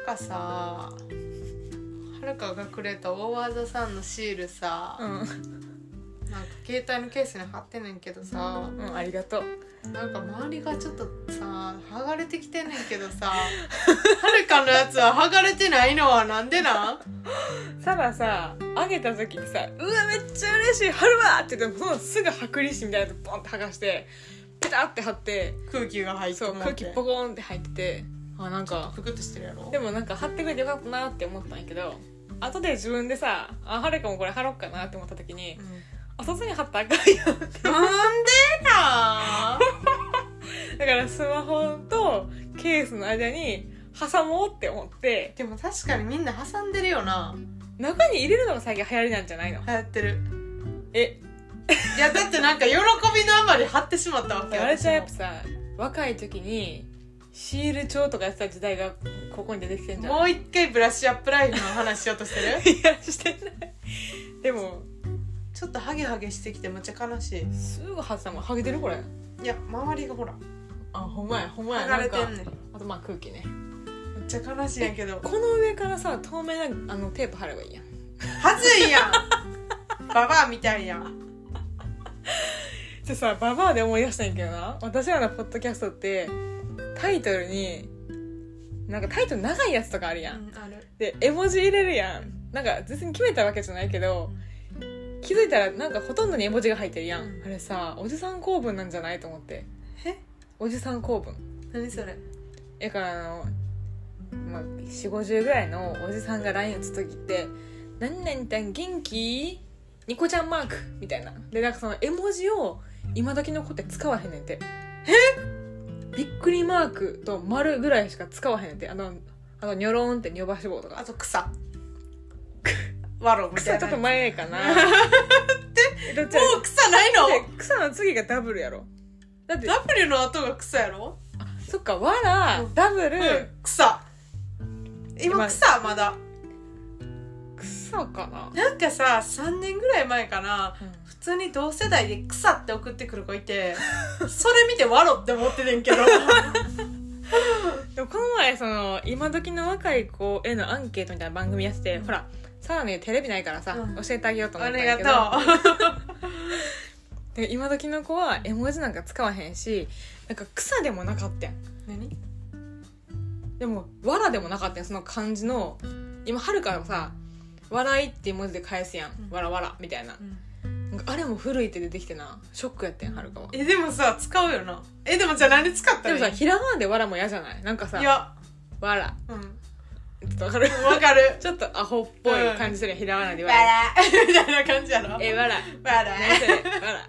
かさはるかがくれた大和田さんのシールさ、なんか携帯のケースに貼ってんねんけどさ、 ありがとう。 なんか周りがちょっとさ剥がれてきてんねんけどさはるかのやつは剥がれてないのはなんでなん？ サラさあげた時にさ、うわめっちゃ嬉しい貼るわって言ってもすぐ剥離紙みたいなのポンって剥がしてペタって貼って、 空気が入ってそう空気ポコンって入ってて、なんかぷくっとしてるやろ。 でもなんか貼ってくれてよかったなって思ったんやけど、後で自分でさはるかもこれ貼ろうかなって思った時に、外に貼ったらあかんやんってなんでなだからスマホとケースの間に挟もうって思って。 でも確かにみんな挟んでるよな。 中に入れるのが最近流行りなんじゃないの？ 流行ってる。 いやだってなんか喜びのあまり貼ってしまったわけ。 あれじゃやっぱさ若い時にシール帳とかやってた時代がここに出てきてんじゃん。 もう一回ブラッシュアップライフの話しようとしてるいやしてないでもちょっとハゲハゲしてきてめっちゃ悲しい。 すぐ外したもん。ハゲてるこれ。 いや周りがほらほんまや剥がれてんねん。 あとまあ空気ね。 めっちゃ悲しいんやけど、 この上からさ透明なテープ貼ればいいやん。 はずいやんババアみたいやん。 じゃさババアで思い出したんやけどな、私らのポッドキャストってタイトルになんかタイトル長いやつとかあるやん、 ある。 で絵文字入れるやん。なんか別に決めたわけじゃないけど、気づいたらなんかほとんどに絵文字が入ってるやん、あれさおじさん構文なんじゃないと思って。おじさん構文何それ。 だから4、50ぐらいのおじさんが LINE 打つ時って何々ちゃん元気ニコちゃんマークみたいなで、なんかその絵文字を今時の子って使わへんねんて。びっくりマークと丸ぐらいしか使わへんねんて。あのニョローンってニョバシ棒とか、 あと草ワロみたいな。 草ちょっと前かなどっちもう草ないの？ 草の次がダブルやろ。だって W の後が草やろ。 そっかわら、ダブル、 草。今草まだ草かな。 なんかさ3年ぐらい前かな、普通に同世代で草って送ってくる子いてそれ見てワロって思っててんけどでもこの前その今時の若い子へのアンケートみたいな番組やってて、ほらさらにテレビないからさ、教えてあげようと思ったんだけど、 ありがとうで今時の子は絵文字なんか使わへんし、なんか草でもなかったやん。 何？ でもわらでもなかったやん。その漢字の今はるかはさ笑いっていう文字で返すやん、わらわらみたいな、なんかあれも古いって出てきてな、ショックやってんはるかは。 でもさ使うよな。でもじゃあ何で使ったの？ でもさひらがなでわらも嫌じゃない？なんかさいやわら、ちょっとわかる？ わかるちょっとアホっぽい感じするやん、ひらがなでわわららみたいな感じやろ。 わらわら何それわら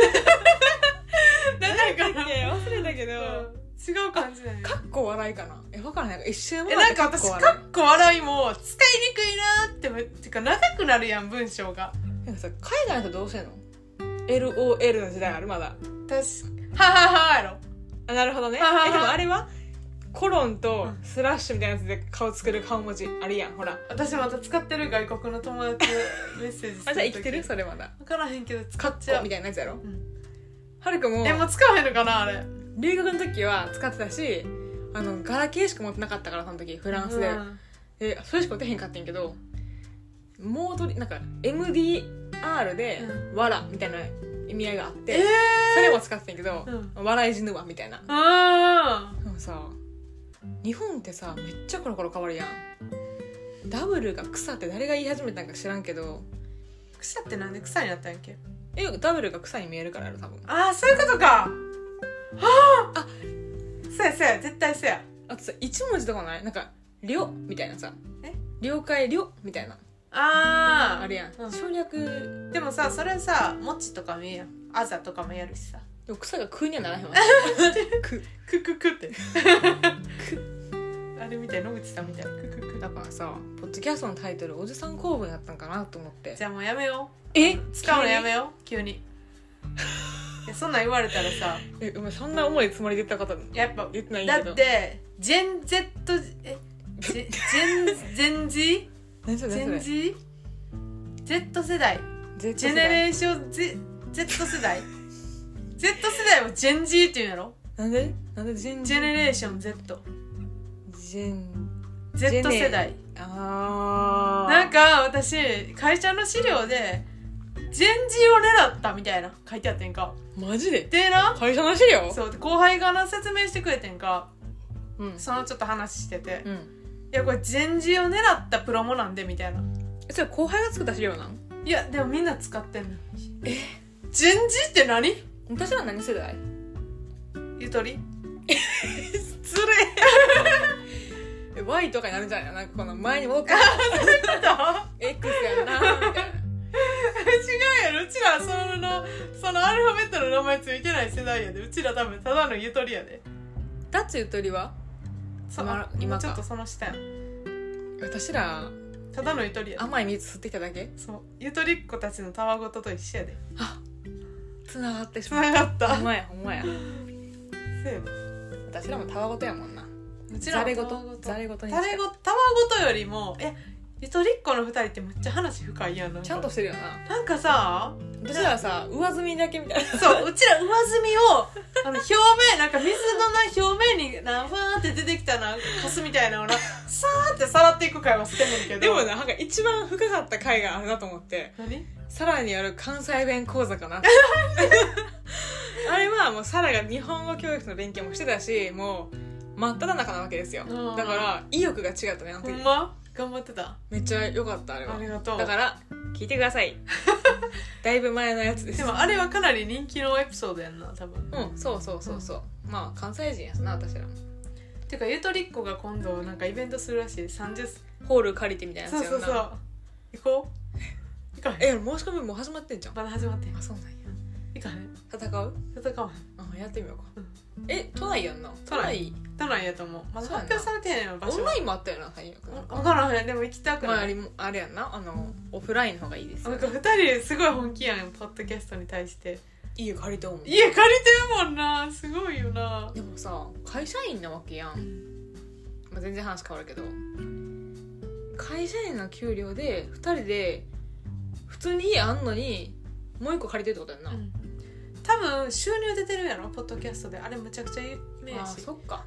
なんかな、 忘れたけど、 違う感じだね。 かっこ笑いかな。わからない。なんか一瞬なんか私かっこ笑いも使いにくいなーってか長くなるやん文章が。 なんかさ海外の人どうしてんの？ LOL の時代あるまだ。 はははやろ。 あ、なるほどね。でもあれはコロンとスラッシュみたいなやつで顔作る顔文字あるやん、ほら。 私また使ってる、外国の友達メッセージする時。 あ、じゃあ生きてる？それまだ分からへんけど使カっちゃうッコみたいなやつやろ。はるかももう使わへんのかなあれ。 留学の時は使ってたし、ガラケーしか持ってなかったから、その時フランスで、でそれしか打てへんかったんやけど、モードなんか MDR でわらみたいな意味合いがあって、それも使ってたんやけど、笑い死ぬわみたいな。でもさ日本ってさめっちゃコロコロ変わるやん。ダブルが草って誰が言い始めたんか知らんけど、 草ってなんで草になったんやっけ？ ダブルが草に見えるからやろ多分。 ああ、そういうことか。はあ、そうやそうや、絶対そうや。 あとさ一文字とかない？なんかりょみたいなさ、了解りょみたいなあるやん、省略。 でもさそれさもちとかもいいやん、あざとかもやるしさ。 でも草が空にはならへんわくってあれみたい、野口さんみたいなクククだからさ、ポッドキャストのタイトルおじさん構文やったんかなと思って。 じゃあもうやめよう。使うの急にやめよう、急に。いやそんなん言われたらさ、 お前そんな重いつもりで言ったことやっぱ言ってないんだけど。 だってジェン Z ジェン Z 何それ何それ Z 世代、ジェネレーション Z 世代Z 世代をジェン Z って言うんやろ。 なんでジェネレーション Z ジェン Z 世代。なんか私会社の資料でジェンジを狙ったみたいな書いてあってんか。 マジで？ でな、 会社の資料？ そう、後輩がな説明してくれてんか、 うん、 そのちょっと話してて、 うん、 いやこれジェンジを狙ったプロモなんでみたいな。 それ後輩が作った資料なん？ いやでもみんな使ってんの。ジェンジって何？ 私は何世代？ ゆとり失礼Y とかになるんじゃないの？なんかこの前に戻ってX やんなみたいな。 違うやろ、うちらそのアルファベットの名前ついてない世代やで。うちら多分ただのゆとりやで。 タッチゆとりは今ちょっとその下やん。 私らただのゆとりやで。 甘い蜜吸ってきただけ？ そう、ゆとりっ子たちのたわごとと一緒やで。 あ、つながってしまった。 つながった。 ほんまやほんまや。 せやで。 私らもたわごとやもんな。 うちらもざれごとにたわごとよりも、ゆとりっ子の2人ってめっちゃ話深いやん。 ちゃんとしてるよな。 なんかさ、 私らさ上澄みだけみたいな。 そう、うちら上澄みを表面なんか水のな表面になふわーって出てきたなカスみたいなのをなさーってさらっていく回はしてんねんけど、 でもなんか一番深かった回があるなと思って。 何？ さらにある関西弁講座かな。あれはもうサラが日本語教育の勉強もしてたし、もう真っ只中なわけですよ。だから意欲が違ったね、あの時。 ほんま？頑張ってた。 めっちゃ良かったあれは。 ありがとう。 だから聞いてください。だいぶ前のやつです。 でもあれはかなり人気のエピソードやんな、多分。 うん、そう、まあ関西人やすな私ら。 てかゆとりっ子が今度なんかイベントするらしい。30 ホール借りてみたいなやつやんな。 そう行こう。行かへん。 申し込みもう始まってんじゃん。 まだ始まってん。 あ、そうなんや。 行かへん。 戦う？ 戦わへん。やってみようか。都内やんな。 都内やと思う。まだ発表されてへんよ場所。 オンラインもあったよな、最悪。 分からへん。でも行きたくない。 あれやんな、オフラインの方がいいですよ。 なんか2人すごい本気やん、ポッドキャストに対して。 家借りておもん。 家借りてるもんな、すごいよな。 でもさ、会社員なわけやん。まあ、全然話変わるけど、会社員の給料で2人で普通に家あんのにもう1個借りてるってことやんな。 多分収入出てるやろ、ポッドキャストで。あれむちゃくちゃ有名やし。 そっか。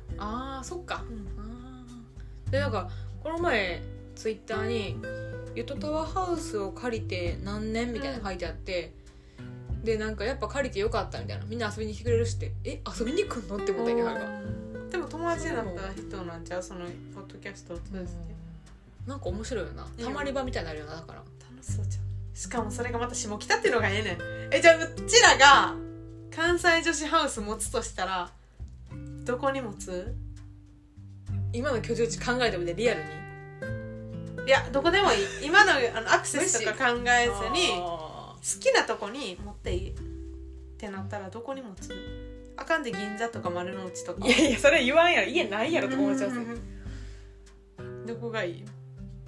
でなんかこの前ツイッターにゆとたわハウスを借りて何年みたいなの書いてあって、でなんかやっぱ借りてよかったみたいな、みんな遊びに来てくれるしって、遊びに来んのって思ったけど、 でも友達になった人なんちゃう、そのポッドキャストを通して。 なんか面白いよな、たまり場みたいになるよな。だから楽しそうじゃん。しかもそれがまた下北っていうのがええねん。じゃあうちらが関西女子ハウス持つとしたらどこに持つ？ 今の居住地考えてみて、リアルに。 いや、どこでもいい。今のアクセスとか考えずに好きなとこに持っていいってなったらどこに持つ？あかんで、銀座とか丸の内とか。 いやそれ言わんやろ、家ないやろと思っちゃう。 どこがいい？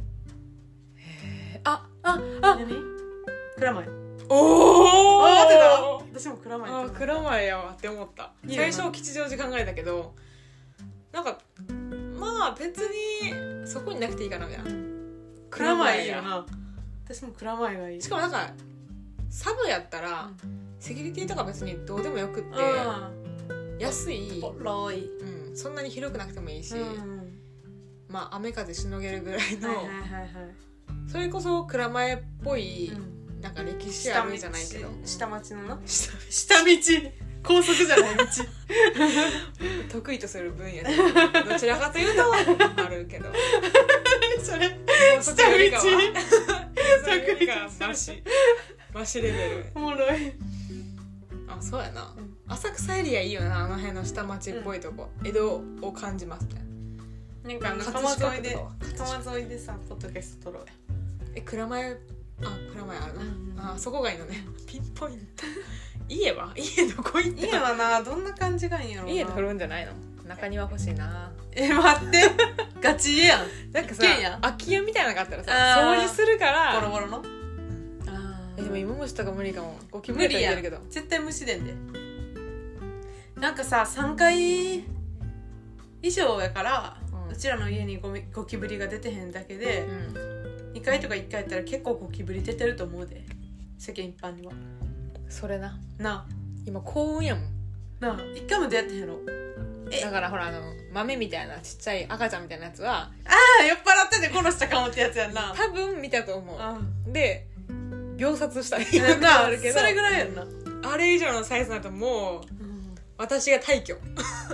何？ 蔵前。 おー、 合ってた？私も蔵前。 蔵前やわって思った。最初吉祥寺考えたけど、なんかまあ別にそこになくていいかなみたいな。 蔵前いいよな。私も蔵前がいい。 しかもなんかサブやったら、セキュリティとか別にどうでもよくって、安い、そんなに広くなくてもいいし、まあ雨風しのげるぐらいの、それこそ蔵前っぽい、なんか歴史あるじゃないけど、 下町のな、下道、高速じゃない道。 得意とする分野でどちらかというとあるけど、 それ下道得意がマシレベル。 おもろい。 あ、そうやな、浅草エリアいいよな、あの辺の下町っぽいとこ、江戸を感じますね。 なんか川沿いでさ、ポッドキャスト撮ろうや。 蔵前あるな、そこがいいのね。ピンポイント。家どこ行った？ 家はな、どんな感じがいいんやろな。 家で撮るんじゃないの？中庭欲しいな。 待って、ガチ家やん。 なんかさ、空き家みたいなのがあったらさ、掃除するからボロボロの。 でも芋虫とか無理かも。ゴキブリとか言ってるけど絶対虫でんで。なんかさ、3階以上やから、うちらの家にゴキブリが出てへんだけで、2階とか1階やったら結構ゴキブリ出てると思うで、世間一般には。 それなな、 今幸運やもんな。1回も出会ってへんやろ。 だからほら豆みたいなちっちゃい赤ちゃんみたいなやつは、 よっ下で殺したかもってやつやんな。 多分見たと思う、で秒殺したりなあるけど、 それぐらいやんな。 あれ以上のサイズになるともう、私が退去。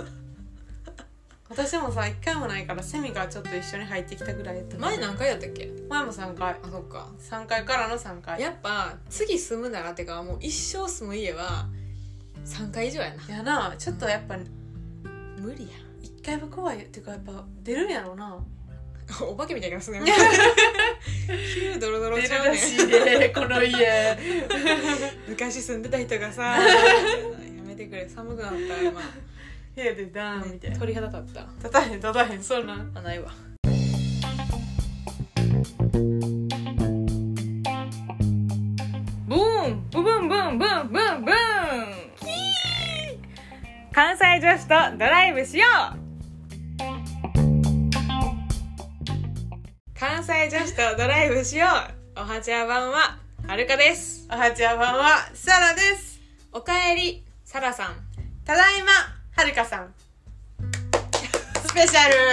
私もさ一回もないからセミがちょっと一緒に入ってきたぐらいやった。 前何回やったっけ？ 前も3回。 あ、そっか。 3回からの3回。 やっぱ次住むならってかもう一生住む家は3回以上やな。 やな、ちょっとやっぱ無理や。 1回は怖いっていうかやっぱ出るんやろな。 お化けみたいなすね。急ドロドロちゃうねん。 出るらしいでこの家。 昔住んでた人がさ、やめてくれ、寒くなった今。 部屋でダーンみたいな。 鳥肌立った。 立たへん立たへん、そんなんあ、ないわ。ブーンブブンブンブンブンブン。関西女子とドライブしよう。関西女子とドライブしよう。おはちゃ版ははるかです。 おはちゃ版はサラです。 おかえりサラさん。 ただいまはるかさん。スペシャル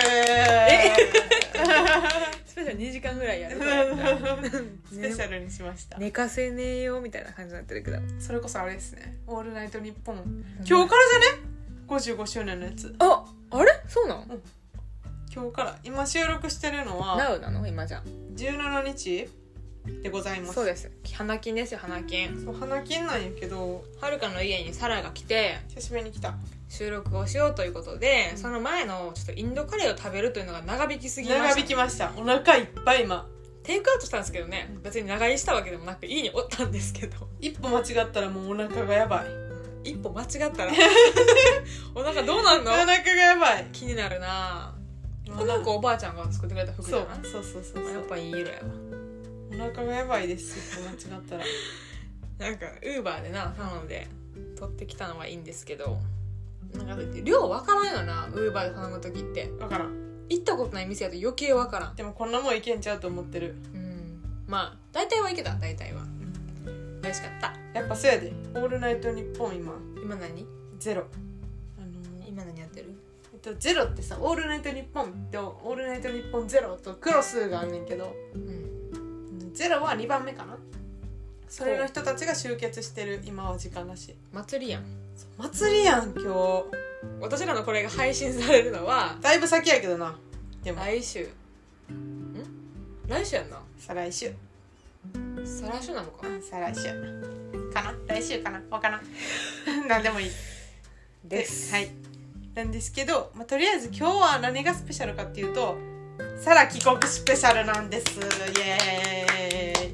スペシャル2時間ぐらいやるスペシャルにしました。 寝かせねえよみたいな感じになってるけど、 それこそあれですね、オールナイトニッポン今日からじゃね、55周年のやつ。 あれそうなの、 今日から。今収録してるのは Now なの今じゃ 17日でございます。 そうです。花金ですよ、花金。 そう、花金なんやけど、 はるかの家にサラが来て久しぶりに来た。 収録をしようということで、その前のちょっとインドカレーを食べるというのが長引きすぎました、 長引きました。お腹いっぱい今。 テイクアウトしたんですけどね、別に長居したわけでもなく家におったんですけど、 一歩間違ったらもうお腹がやばい。 一歩間違ったらお腹どうなんの？ お腹がやばい。 気になるな。この子おばあちゃんが作ってくれた服じゃない？ そうやっぱいい色やわ。 お腹がやばいです。一歩間違ったら。 なんかウーバーでな頼んで取ってきたのはいいんですけど、なんか量わからんよな、ウーバーで頼む時って。 わからん。 行ったことない店やと余計わからん。 でもこんなもんいけんちゃうと思ってる。 まあ大体はいけた。大体は美味しかった。 やっぱそうやで。オールナイトニッポン今何ゼロ。 今何やってる？ ゼロってさ、オールナイトニッポンとオールナイトニッポンゼロとクロスがあんねんけど、ゼロは2番目かな。それの人たちが集結してる今は時間らしい。 祭りやん。 祭りやん今日。 私らのこれが配信されるのはだいぶ先やけどな。でも来週やんな。 再来週。 再来週なのか。 再来週かな、来週かな、わからん何でもいいです。 はい。なんですけど、とりあえず今日は何がスペシャルかっていうと、サラ帰国スペシャルなんです。イエーイ。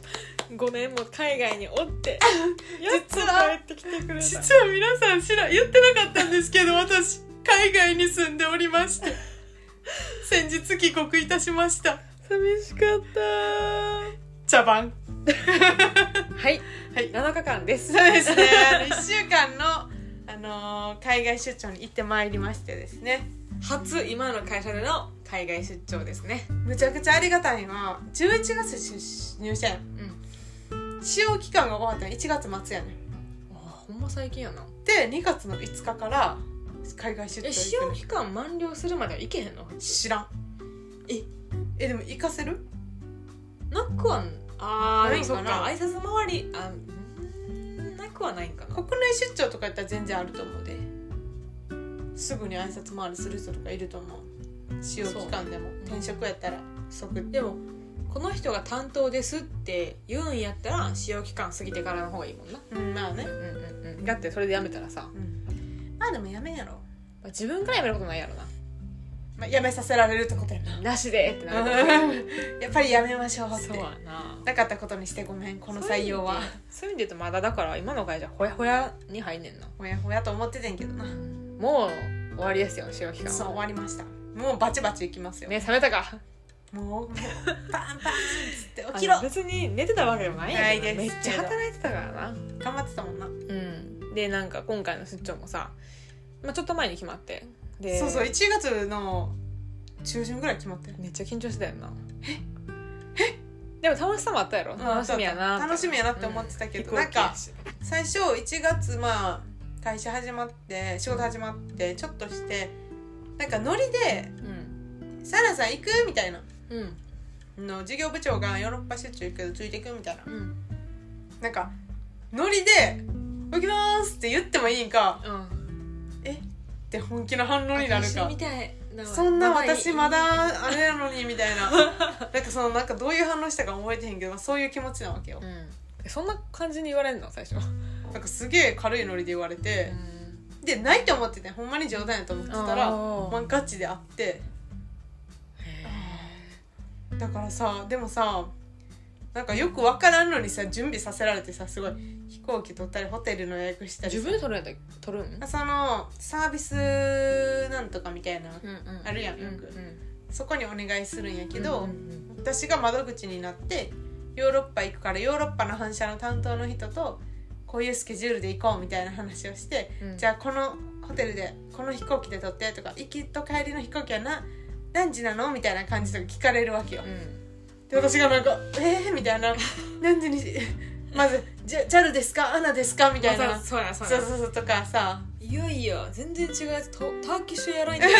5年も海外におって実は帰ってきてくれた。 実は皆さん言ってなかったんですけど、私海外に住んでおりまして先日帰国いたしました。 寂しかった茶番はい、7日間です。 そうですね、1週間の、海外出張に行ってまいりましてですね、 初今の会社での海外出張ですね。 むちゃくちゃありがたいのは11月入社やん、使用期間が終わったの1月末やねん。 ほんま最近やな。 で2月の5日から海外出張行くねん。 使用期間満了するまでは行けへんの？ 知らん。でも行かせる？ なくはないかな。 そっか、挨拶回りなくはないんかな。 国内出張とかやったら全然あると思うで、すぐに挨拶回りする人とかいると思う。使用期間でも転職やったら即。 でもこの人が担当ですって言うんやったら使用期間過ぎてからの方がいいもんな。 まあね、 だってそれで辞めたらさ、 まあでも辞めんやろ。 自分から辞めることないやろな。 辞めさせられるってことやな。 なしでってなるやっぱり辞めましょうって。 そうやな。 なかったことにしてごめん、この採用は。 そういう意味で言うとまだだから今の会社ほやほやに入んねんな。 ほやほやと思っててんけどな。 もう終わりですよ、使用期間は。 そう終わりました。もうバチバチいきますよ。 ね、冷めたか。 もうパンパンっつって起きろ。 別に寝てたわけでもないんやけど、 ないですめっちゃ働いてたからな。 頑張ってたもんな。 でなんか今回の出張もさ、ちょっと前に決まって、でそう1月の中旬ぐらい決まったよ。 めっちゃ緊張してたよな。でも楽しさもあったやろ。楽しみやなって思ってたけど、なんか最初1月会社始まって仕事始まってちょっとして、なんかノリで「サラさん行く?」みたいなうんの事業部長がヨーロッパ出張行くけどついていくみたいな、 うん、 なんかノリで行きますって言ってもいいんか、えって本気の反応になるか、 みたいそんな私まだあれなのにみたいななんかどういう反応したか覚えてへんけど、そういう気持ちなわけよ、 そんな感じに言われるの最初なんかすげえ軽いノリで言われて、でないと思っててほんまに冗談やと思ってたらガチであって、だからさでもさなんかよく分からんのにさ準備させられてさ、すごい飛行機取ったりホテルの予約したりさ、 自分で取るん？ そのサービスなんとかみたいな、あるやんよく、そこにお願いするんやけど、私が窓口になってヨーロッパ行くからヨーロッパの反射の担当の人とこういうスケジュールで行こうみたいな話をして、じゃあこのホテルでこの飛行機で取ってとか、行きと帰りの飛行機は何時なのみたいな感じとか聞かれるわけよ、で私がなんかみたいな何時にまずJAL ですかアナですかみたいな、 そうとかさ、 いやいや全然違うやつターキッシュエアラインで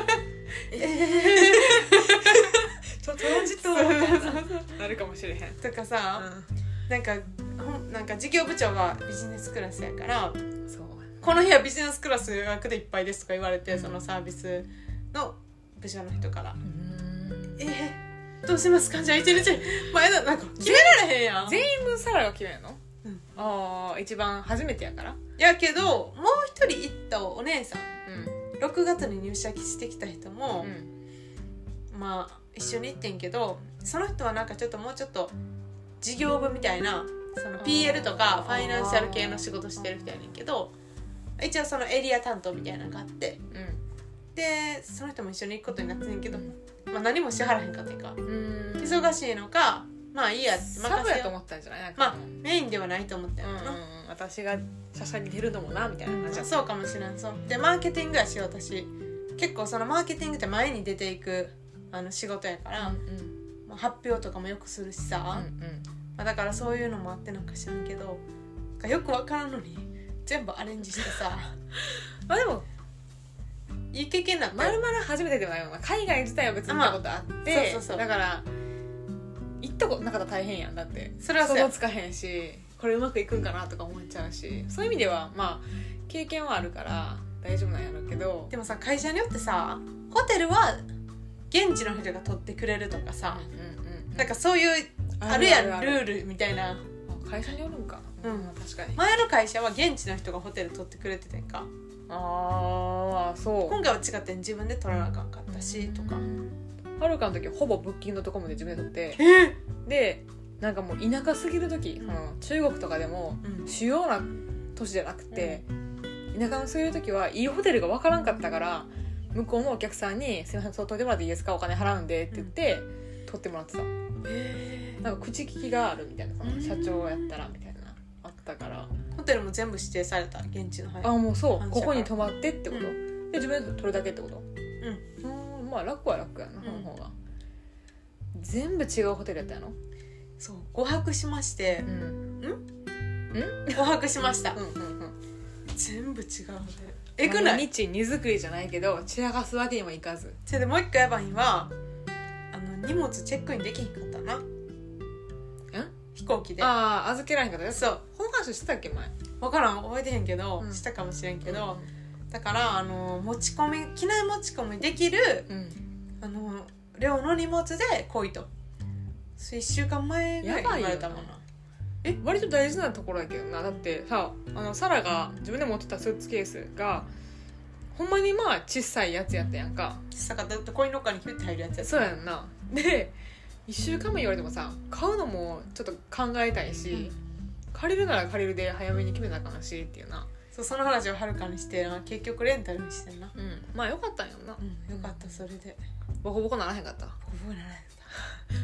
トランジットみたいななるかもしれへんとかさ、なんか事業部長がビジネスクラスやから、そうこの日はビジネスクラス予約でいっぱいですとか言われて、そのサービスの部署の人から、どうしますかじゃあ1日前だ、なんか決められへんやん。 全員分サラが決めるの？ああ一番初めてやからやけど、もう一人行ったお姉さん、6月に入社してきた人も、まあ一緒に行ってんけど、その人はなんかちょっともうちょっと事業部みたいなその PL とかファイナンシャル系の仕事してる人やねんけど、一応そのエリア担当みたいなのがあって、でその人も一緒に行くことになってんねんけど、まあ、何もしはらへんかったんか、忙しいのかまあいいやって任せよう、 サブやと思ったんじゃない？なんかまあメインではないと思ったよな、 私が写真に出るのもなみたいな感じだった。 そうかもしれん。そうでマーケティングやし、私結構そのマーケティングって前に出ていく仕事やから、まあ、発表とかもよくするしさ、まあ、だからそういうのもあってなんか知らんけど、よくわからんのに全部アレンジしてさまあでもいい経験だった。 まるまる初めてではないよな。海外自体は別に行ったことあって、そうだから行ったことなかったら大変やん。だってそれは想像つかへんし、これうまくいくんかなとか思っちゃうし、そういう意味ではまあ経験はあるから大丈夫なんやろうけど、 でもさ会社によってさホテルは現地の人が取ってくれるとかさ、なんかそういうあるやんルールみたいな。 会社によるんか、確かに前の会社は現地の人がホテル取ってくれててんか、 ああそう。 今回は違って自分で取らなあかんかったしとか、 はるかの時はほぼブッキング.comで自分で取って、でなんかもう田舎すぎる時、中国とかでも主要な都市じゃなくて、田舎のすぎる時はいいホテルが分からんかったから、向こうのお客さんに「すいませんそう取ってもらっていいですか、お金払うんで」って言って、取ってもらってた。なんか口利きがあるみたいな、その社長やったらみたいなあったから。 ホテルも全部指定された現地の。 あもうそう、ここに泊まってってこと、で自分で取るだけってこと。まあ楽は楽やな、その方が。全部違うホテルやったやの。 そう5泊しまして、5泊しました全部違うホテル。えぐない？ 毎日荷造りじゃないけど散らかすわけにもいかず。 それでもう一個やばいのは荷物チェックインできひんかったな、飛行機で。 ああ預けられへんかった。 そうこの話してたっけ前。 分からん覚えてへんけど、したかもしれんけど、だから持ち込み機内持ち込みできる、量の荷物で来いと。1週間前ぐらいに言われたもんな。 割と大事なところだけどな。だってさサラが自分で持ってたスーツケースがほんまにまあ小さいやつやったやんか。 小さかったってコインロッカーにキュッて入るやつやった。 そうやんな。で1週間目言われてもさ買うのもちょっと考えたいし、借りるなら借りるで早めに決めなあかんしっていうな。 その話をはるかにして結局レンタルにしてんな。 まあよかったんやんな。 よかった。それでボコボコならへんかった。 ボコボコならへんかった。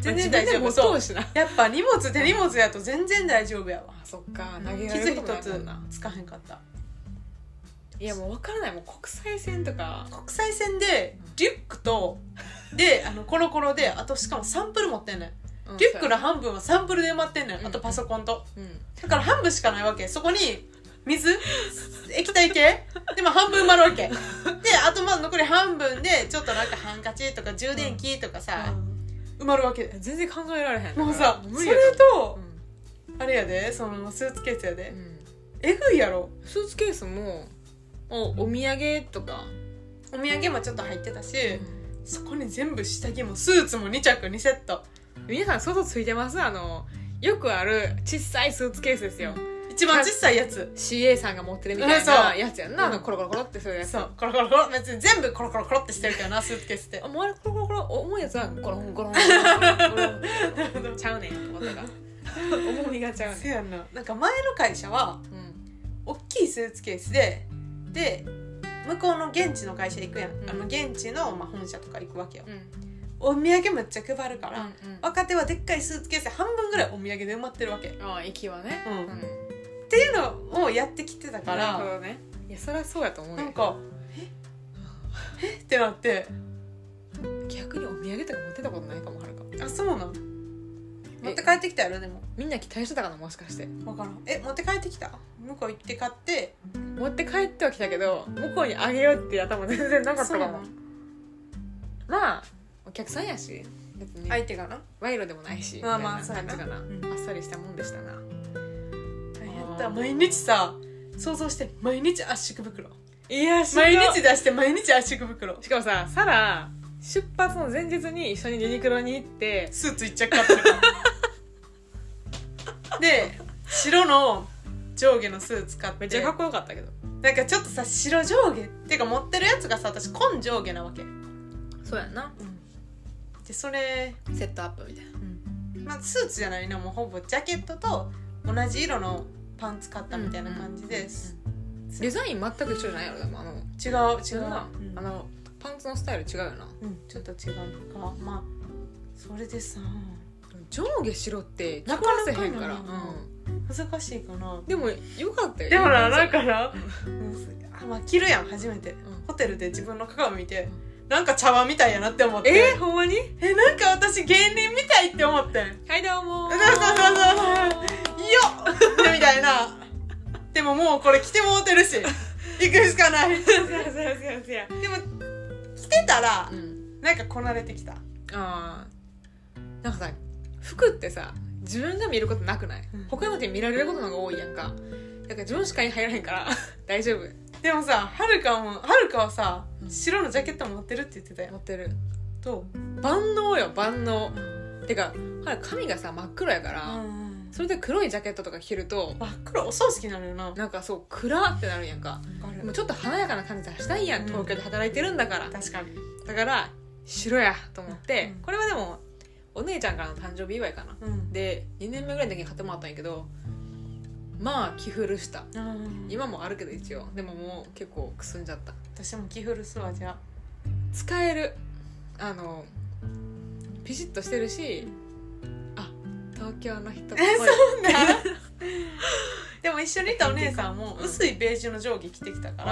全然大丈夫。そうやっぱ手荷物やと全然大丈夫やわ。 そっか、投げられることないもんな。 傷一つつかへんかった。 いやもう分からない。もう国際線とか国際線でリュックとでコロコロで、あとしかもサンプル持ってんねん、リュックの半分はサンプルで埋まってんねん、あとパソコンと、だから半分しかないわけ。そこに水液体系でも半分埋まるわけで、あとまあ残り半分でちょっとなんかハンカチとか充電器とかさ、 埋まるわけで、 全然考えられへん。 もうさそれと、あれやでそのスーツケースやで、えぐいやろ。 スーツケースもお土産とかお土産もちょっと入ってたし、そこに全部下着もスーツも2着2セット。 皆さん想像ついてます？よくある小さいスーツケースですよ。 一番小さいやつ CA さんが持ってるみたいなやつやんな、コロコロコロってするやつ。 そうコロコロコロ、別に全部コロコロコロってしてるけどなスーツケースってもうあれコロコロコロ重いやつはゴロンゴロンゴロンちゃうねん思ったが重みがちゃうねん。 せやな。なんか前の会社は、大きいスーツケースで向こうの現地の会社行くやん、現地の、本社とか行くわけよ、お土産めっちゃ配るから、若手はでっかいスーツケースで半分ぐらいお土産で埋まってるわけ。 行きはね、 っていうのをやってきてたから。 なるほどね。いやそりゃそうやと思うよ。 なんかえってなって、 逆にお土産とか持ってたことないかも。はるか。 あ、そうなん。持って帰ってきたやろ。でもみんな期待してたかな、もしかして。 分からん。持って帰ってきた。向こう行って買って持って帰ってはきたけど、向こうにあげようっていう頭全然なかったかも。まあお客さんやし別に相手がな賄賂でもないし、 まあそうやな、 あっさりしたもんでしたな。 大変だ。毎日さ、想像して毎日圧縮袋、 いや毎日出して毎日圧縮袋。 しかもさ、サラ出発の前日に一緒にユニクロに行ってスーツ一着買ってるからで白の上下のスーツ買って、 めっちゃかっこよかったけど、 なんかちょっとさ白上下っていうか持ってるやつがさ、私紺上下なわけ。 そうやな、 でそれセットアップみたいな、 スーツじゃないな、もうほぼジャケットと同じ色のパンツ買ったみたいな感じです、 デザイン全く一緒じゃないやろ。でも違うな、 パンツのスタイル違うよな、 ちょっと違うか。まあそれでさ、 上下白ってなかなかせへんから、 難しいかな。 でもよかったよ。 でもなんかな、着るやん初めて、ホテルで自分の鏡見て、なんか茶碗みたいやなって思って。 ほんまに？ なんか私芸人みたいって思ってん。 はいどうもー。 そうよっみたいな。でももうこれ着てもうてるし行くしかない。でも着てたら、なんかこなれてきた。 なんかさ、服ってさ自分が見ることなくない？他の人に見られることの方が多いやんか。だから自分視界に入らへんから大丈夫。 でもさ、はるかはさ、白のジャケット持ってるって言ってたよ。 持ってる。 どう？ 万能よ、万能。てか髪がさ真っ黒やから、それで黒いジャケットとか着ると真っ黒お葬式になるよな。 なんかそう暗ってなるやんか。もうちょっと華やかな感じ出したいやん、東京で働いてるんだから。 確かに。 だから白やと思って、これはでもお姉ちゃんからの誕生日祝いかな、で2年目ぐらいの時に買ってもらったんやけど、まあ着古した、今もあるけど一応。でももう結構くすんじゃった。 私も着古すわ。じゃあ使える、ピシッとしてるし、東京の人っぽい。 そうねでも一緒にいたお姉さんも薄いベージュの上下着てきたから、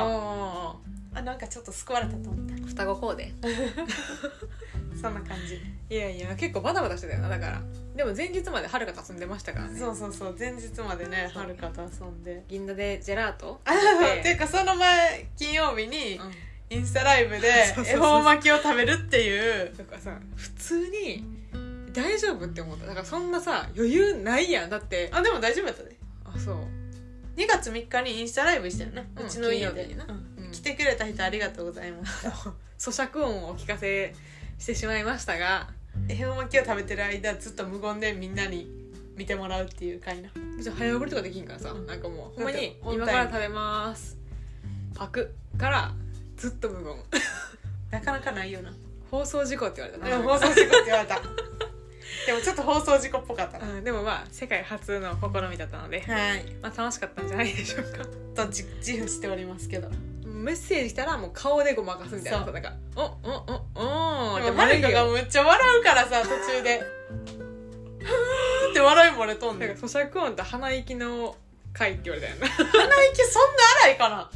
なんかちょっと救われたと思った。 双子コーデそんな感じ。 いやいや結構バタバタしてたよな。だからでも前日まではるかと遊んでましたからね。 そう前日までね、はるかと遊んで銀座でジェラートっていうか、その前金曜日にインスタライブで恵方巻きを食べるっていう。 だからさ、普通に大丈夫って思った。だからそんなさ余裕ないやん。だってでも大丈夫やったで。 そう、 2月3日にインスタライブしてるな、うちの家でな、 来てくれた人ありがとうございました咀嚼音をお聞かせしてしまいましたが、 恵方巻きを食べてる間ずっと無言でみんなに見てもらうっていう回な。 別に早送りとかできんからさ、なんかもうほんまに今から食べますパクからずっと無言なかなかないよな。 放送事故って言われたな。 放送事故って言われたでもちょっと放送事故っぽかったな、 でもまあ世界初の試みだったので、まあ、楽しかったんじゃないでしょうかと自負しておりますけど。 メッセージ来たらもう顔でごまかすみたいな。なんかでもはるかがめっちゃ笑うからさ、途中でって笑い漏れとんねん。 咀嚼音と鼻息の回って言われたよな鼻息そんな荒いかな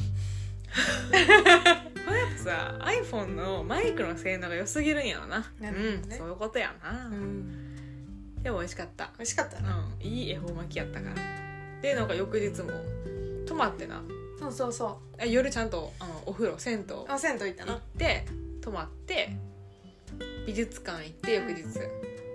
これやっぱさ iPhone のマイクの性能が良すぎるんやろな。そういうことやな。でも美味しかった。 美味しかったな、 いい恵方巻きやったから。でなんか翌日も泊まってな。 そう夜ちゃんとお風呂銭湯行ったな。 って泊まって美術館行って翌日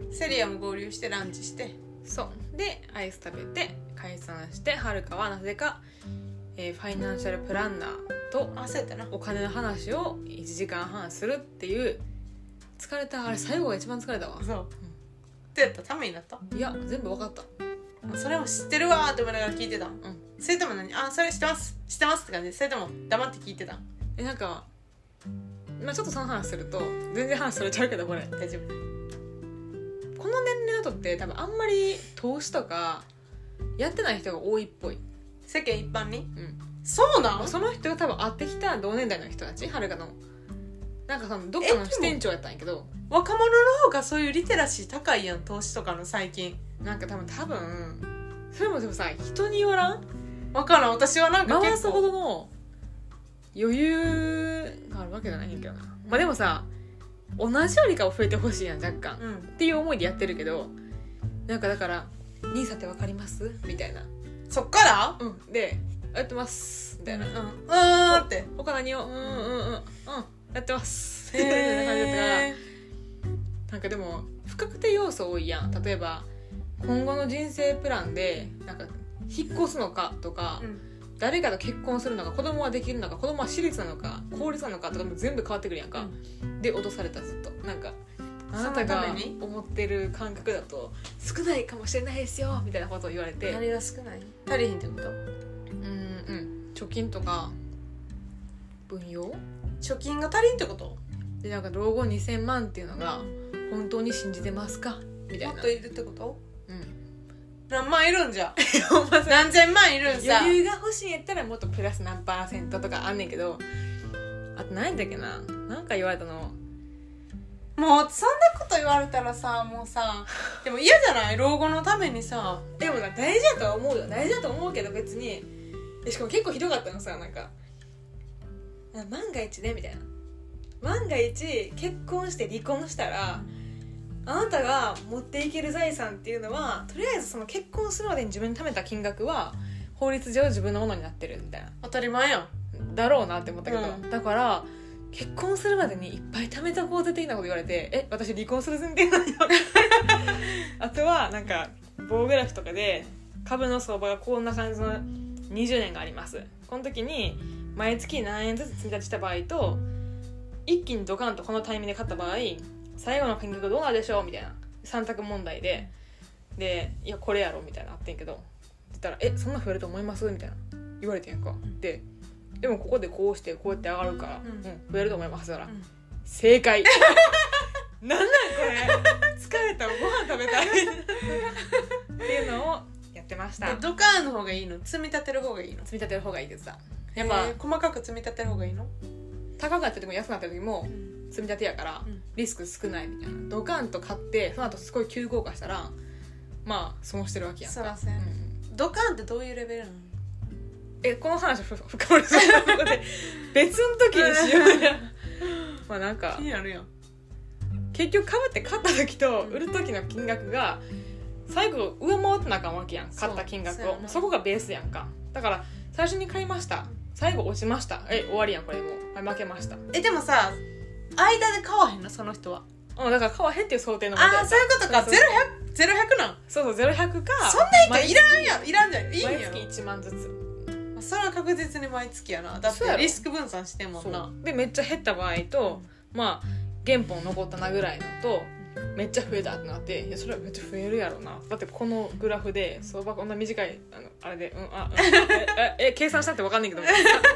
セリアも合流してランチして、 そうでアイス食べて解散して、はるかはなぜか、ファイナンシャルプランナーとお金の話を1時間半するっていう。疲れた。あれ最後が一番疲れたわ。 そう、どうやった？ためになった？ いや全部分かった。 それも知ってるわーって思いながら聞いてた。それとも何？それ知ってますって感じで、それとも黙って聞いてた？ なんかまあちょっとその話すると全然話それちゃうけど、これ大丈夫。 この年齢だとって多分あんまり投資とかやってない人が多いっぽい。 世間一般に？そうなん？ その人が多分会ってきた同年代の人たち、はるかのなんかそのどっかの支店長やったんやけど、 若者の方がそういうリテラシー高いやん、投資とかの最近。 なんか多分それもでもさ、人によらん？ 分からん。私はなんか回すほどの余裕があるわけじゃないんやけどな。まあでもさ、同じよりかは増えてほしいやん若干、っていう思いでやってるけど、なんかだからNISAって分かりますみたいな。 そっから？ でやってますみたいな。 って他何をやってますみたいな感じだったから、なんかでも不確定要素多いやん。例えば今後の人生プランでなんか引っ越すのかとか、誰かと結婚するのか、子供はできるのか、子供は私立なのか公立なのかとかも全部変わってくるやんか、で脅された。ずっとなんかあなたが思ってる感覚だと少ないかもしれないですよみたいなことを言われて。 何が少ない？足りひんってこと？ 貯金とか分用？ 貯金が足りんってこと？ でなんか老後2000万っていうのが本当に信じてますかみたいな。 もっといるってこと？何万いるんじゃ何千万いるんさ。 余裕が欲しいんやったらもっとプラス何%とかあんねんけど、あと何だっけな、なんか言われたの。 もうそんなこと言われたらさ、もうさ、でも嫌じゃない？老後のためにさ。 でもな、大事だとは思うよ。大事だと思うけど別に。しかも結構ひどかったのさ、なんか万が一ねみたいな。万が一結婚して離婚したら、あなたが持っていける財産っていうのはとりあえずその結婚するまでに自分に貯めた金額は法律上自分のものになってるみたいな。 当たり前やんだろうなって思ったけど、だから結婚するまでにいっぱい貯めたこうぜ的なこと言われて、私離婚する前提なんよあとはなんか棒グラフとかで株の相場がこんな感じの20年があります。この時に毎月何円ずつ積み立てした場合と、一気にドカンとこのタイミングで買った場合最後の金額どうなるでしょうみたいな3択問題で、いやこれやろみたいなあってんけど、って言ったらそんな増えると思いますみたいな言われてんか。でもここでこうしてこうやって上がるから、増えると思いますから、正解なんなんこれ疲れた、ご飯食べたいっていうのをやってました。 ドカーンの方がいいの？積み立てる方がいいの？ 積み立てる方がいいですさ。 やっぱ細かく積み立てる方がいいの？ 高くなってても安くなった時も積み立てやからリスク少ないみたいな。ドカンと買ってその後すごい急降下したらまあ損してるわけやんか。 そうですね。ドカンってどういうレベルなの？ この話深掘りするので別の時にしようやまあなんか気になるやん。 結局株って買った時と売る時の金額が最後上回ってなあかんわけやん。買った金額を そこがベースやんか。だから最初に買いました、最後落ちました、終わりやんこれもう、負けました。 でもさ間で買わへんのその人は？ だから買わへんっていう想定のもとやった。 そういうことか。0-100なん？ そう0-100か。 そんな人いらんやん。いらんじゃん。いいんやろ。 毎月1万ずつ。 それは確実に毎月やな。だってリスク分散してんもんな。 でめっちゃ減った場合と、まあ原本残ったなぐらいのとめっちゃ増えたってなって、いやそれはめっちゃ増えるやろな。だってこのグラフで相場こんな短いあれで計算したって分かんないけど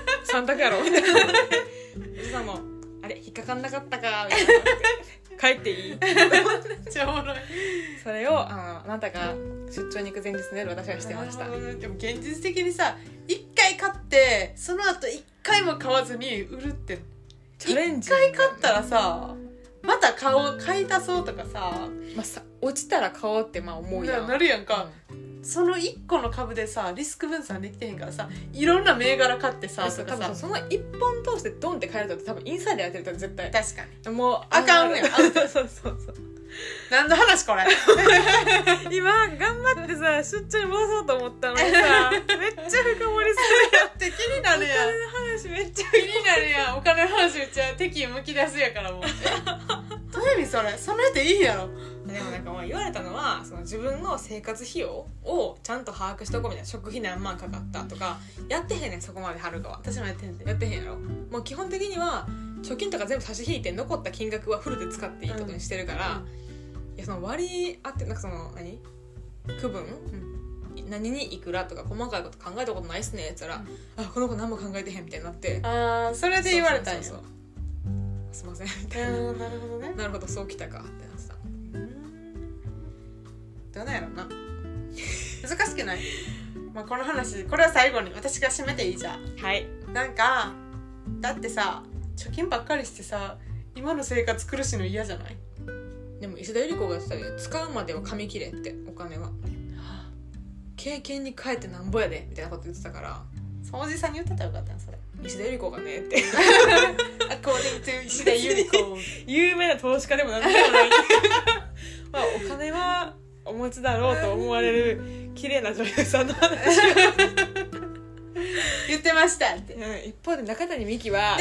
3択やろみたいな。おじさんもあれ引っかかんなかったかみたいな。帰っていい？めっちゃおもろい。 それをあなたが出張に行く前日の夜私はしてました。 でも現実的にさ1回買ってその後1回も買わずに売るってチャレンジ。 1回買ったらさまた買い足そうとかさ、 落ちたら買おうって思うやん。 なるやんか、その1個の株でさリスク分散できてへんからさ、いろんな銘柄買ってさとかさ、 その1本通してドンって買えると多分インサイダーやってると絶対確かにもうあかんやん。 そう何の話これ今頑張ってさ出張に戻そうと思ったのにさめっちゃ深掘りするやんって気になるやん。 お金の話めっちゃ気になるやん。お金の話めっちゃ敵むき出すやからもうどういう意味それ？その絵でいいやろ。 でもなんかまあ言われたのはその自分の生活費用をちゃんと把握しとこうみたいな、食費何万かかったとかやってへんねん、そこまではるかは。 私もやってんで。 やってへんやろ。もう基本的には貯金とか全部差し引いて残った金額はフルで使っていいことにしてるから、いやその割り当てなんかその区分、何にいくらとか細かいこと考えたことないっすねって言ったら、あこの子何も考えてへんみたいになって、 あそれで言われたんや。 そうすいませんみたいな。 なるほどね。 なるほどそうきたかってなってた。 どうなんやろな。難しくない？まあこの話これは最後に私が締めていいじゃん。 はい。 なんかだってさ貯金ばっかりしてさ今の生活苦しいの嫌じゃない？ でも石田ゆり子が言ってたよ、使うまでは紙切れってお金は。経験に変えてなんぼやでみたいなこと言ってたから、 そのおじさんに言ってたらよかったんそれ。 石田ゆり子がねって According to 石田ゆり子有名な投資家でもなんでもないまあお金はお持ちだろうと思われる綺麗な女優さんの話言ってましたって、 一方で中谷美紀は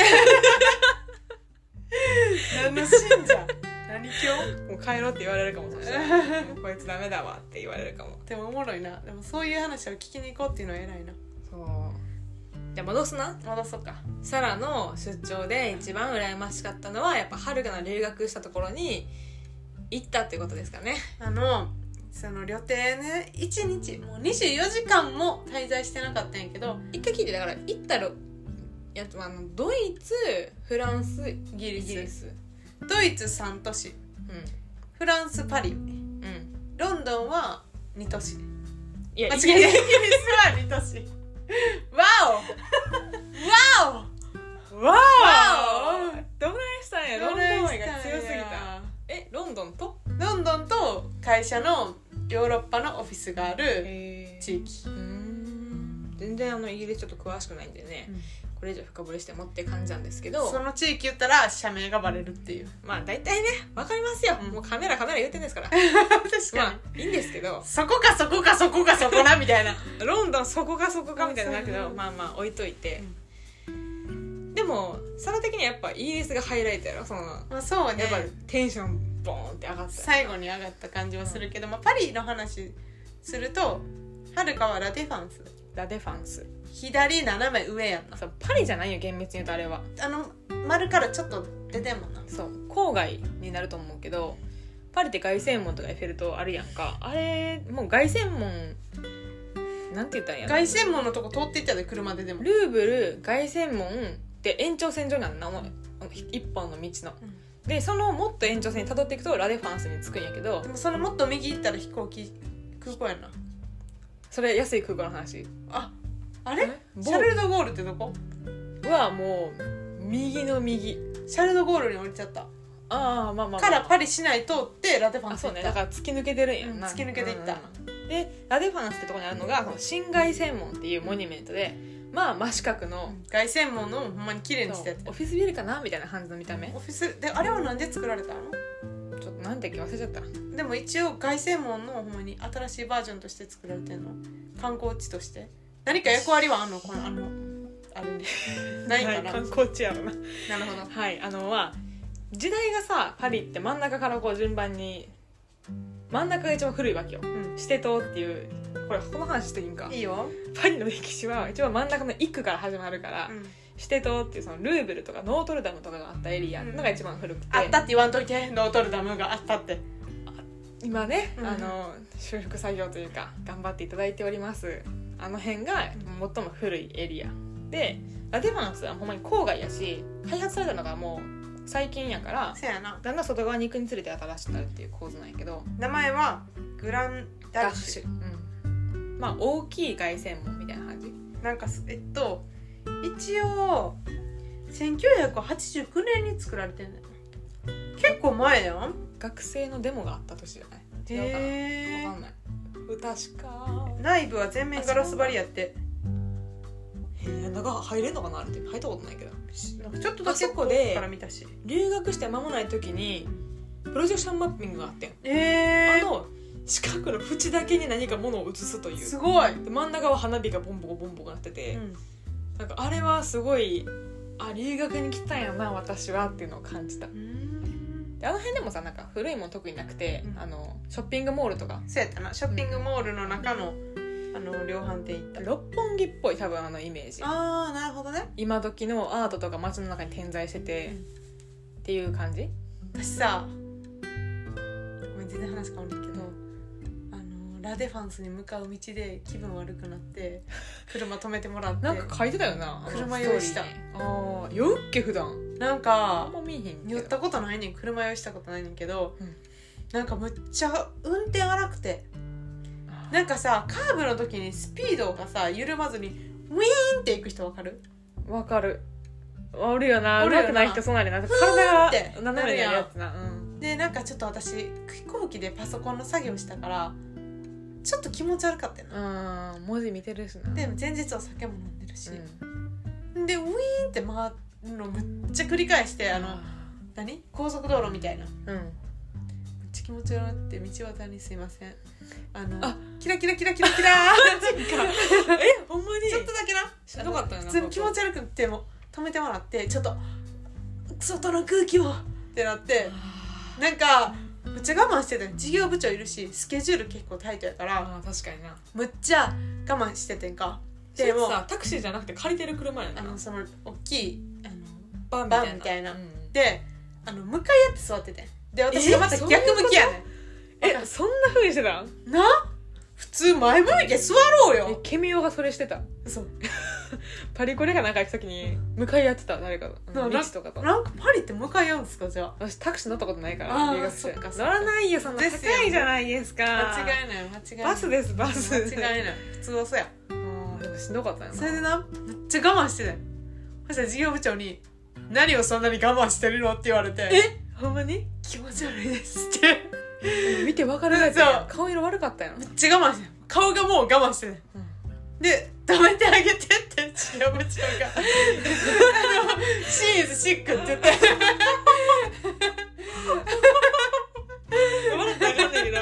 何の信者何教もう帰ろうって言われるかもしれないもうこいつダメだわって言われるかも。 でもおもろいな。でもそういう話を聞きに行こうっていうのは偉いな。 そうじゃあ戻すな。 戻そうか。 サラの出張で一番羨ましかったのはやっぱはるかの留学したところに行ったっていうことですかね。 その旅程ね1日もう24時間も滞在してなかったんやけど、 一回聞いてだから行ったらやつドイツ、フランス、イギリスドイツ3都市、フランスパリ、ロンドンは2都市。 いや間違えた。イギリスは2都市。わおわおわおどないしたんや。ロンドン愛が強すぎた。ロンドンと会社のヨーロッパのオフィスがある地域。 全然イギリスちょっと詳しくないんでね、これ以上深掘りしてもって感じなんですけど、 その地域言ったら社名がバレるっていう。 まあ大体ね分かりますよ、もうカメラ言ってんですから確かに、 まあいいんですけど、 そこかそこなみたいなロンドンそこかみたいなだけど、まあ置いといて、でもサラ的にはやっぱイギリスがハイライトやろ。 まあそうね、 やっぱテンションボーンって上がった最後に上がった感じはするけど、パリの話するとはるかはラデファンス左斜め上やんな。 そうパリじゃないよ厳密に言うと。あれは丸からちょっと出てんもんな。 そう郊外になると思うけど、パリって凱旋門とかエッフェル塔あるやんか。あれもう凱旋門なんて言ったらいいんやろ。 凱旋門のとこ通っていったで車で。でもルーブル凱旋門って延長線上なんだ一本の道の、でそのもっと延長線に辿っていくとラデファンスに着くんやけど、 でもそのもっと右行ったら空港やんな。 それ安い空港の話。 あれシャルル・ド・ゴールってどこはもう右の右、 シャルル・ド・ゴールに降りちゃった。 まあからパリ市内通ってラデファンス行った。 そうね、だから突き抜けてるんやんな、 突き抜けていった、 でラデファンスってとこにあるのがその新凱旋門っていうモニュメントで、まあ真四角の、 凱旋門のほんまに綺麗にしてやってオフィスビルかなみたいな感じの見た目。 オフィスであれはなんで作られたの？ ちょっとなんだっけ忘れちゃった。 でも一応凱旋門のほんまに新しいバージョンとして作られてんの。観光地として何か役割はあんの？このあるないかな。 観光地やろな。 なるほど。 はい、時代がさパリって真ん中からこう順番に真ん中が一番古いわけよ、シテ島っていう。この話していいんか。 いいよ。 パリの歴史は一番真ん中の1区から始まるから、シテ島っていうそのルーブルとかノートルダムとかがあったエリアのが一番古くて、 あったって言わんといて。ノートルダムがあったって今ね、修復作業というか頑張っていただいております。あの辺が最も古いエリアで、ラデファンスはほんまに郊外やし、開発されたのがもう最近やから、 そうやな。 だんだん外側に行くにつれて新しくなるっていう構図なんやけど、 名前はグランダッシュ。 まあ大きい凱旋門みたいな感じ。 なんか一応1989年に作られてんだよ。結構前やん。 学生のデモがあった年じゃない？違うかな、分かんない。確か内部は全面ガラス張りやって。 中入れんのかな。あれって入ったことないけど、 なんかちょっとだけここでから見たし、 留学して間もない時にプロジェクションマッピングがあってん。四角の縁だけに何か物を映すという。 すごい。 で真ん中は花火がボンボコボンボコなってて、なんかあれはすごい留学に来たんやな私はっていうのを感じた。 であの辺でもさなんか古いもん特になくて、ショッピングモールとかそうやったな、ショッピングモールの中の、量販店行った。 六本木っぽい多分イメージ。 ああなるほどね。 今時のアートとか街の中に点在してて、っていう感じ。 私さ、ごめん全然話変わるんだけど、ラデファンスに向かう道で気分悪くなって車止めてもらってなんか書いてたよな、 車酔いした。 ああ酔うっけ普段。 なんかあんま見えへんけど酔ったことないねん、車酔いしたことないねんけど、なんかむっちゃ運転荒くて、なんかさカーブの時にスピードがさ緩まずにウィーンっていく人わかる？ わかる。おるよな、上手くない人そうなるな、体が斜めになるやつな、 でなんかちょっと私飛行機でパソコンの作業したからちょっと気持ち悪かったよな。 文字見てるしな。 でも前日お酒も飲んでるし、でウィーンって回るのむっちゃ繰り返して、何高速道路みたいな、めっちゃ気持ち悪くて道端にすいませんキラキラキラキラキラほんまにちょっとだけなしんどかったよな。 普通に気持ち悪くても止めてもらってちょっと外の空気をってなって、なんかめっちゃ我慢してたよ。事業部長いるしスケジュール結構タイトやから確かにな、 むっちゃ我慢しててんか。 でもさタクシーじゃなくて借りてる車やな、 その大きいバンみたいな、で向かい合って座ってて、で私がまた逆向きやねん。 そんな風にしてたな、普通前向いて座ろうよ。 ケミオがそれしてた。 そうパリコレかなんか行くときに向かい合ってた、誰か道とかと。 なんかパリって向かい合うんですか？じゃあ私タクシー乗ったことないから留学生。乗らないよ、そんなですよ高いじゃないですか。 間違いない間違いない、 バスですバス。 間違いない、普通はそうや。 でもしんどかったよな。 それでなめっちゃ我慢してたよ。そしたら事業部長に何をそんなに我慢してるのって言われて、 ほんまに気持ち悪いですって見て分かるやつや。顔色悪かったよ。 めっちゃ我慢してた。顔がもう我慢してた、で止めてあげてって事業部長がシーズシックって言って笑ったらあかんねんけど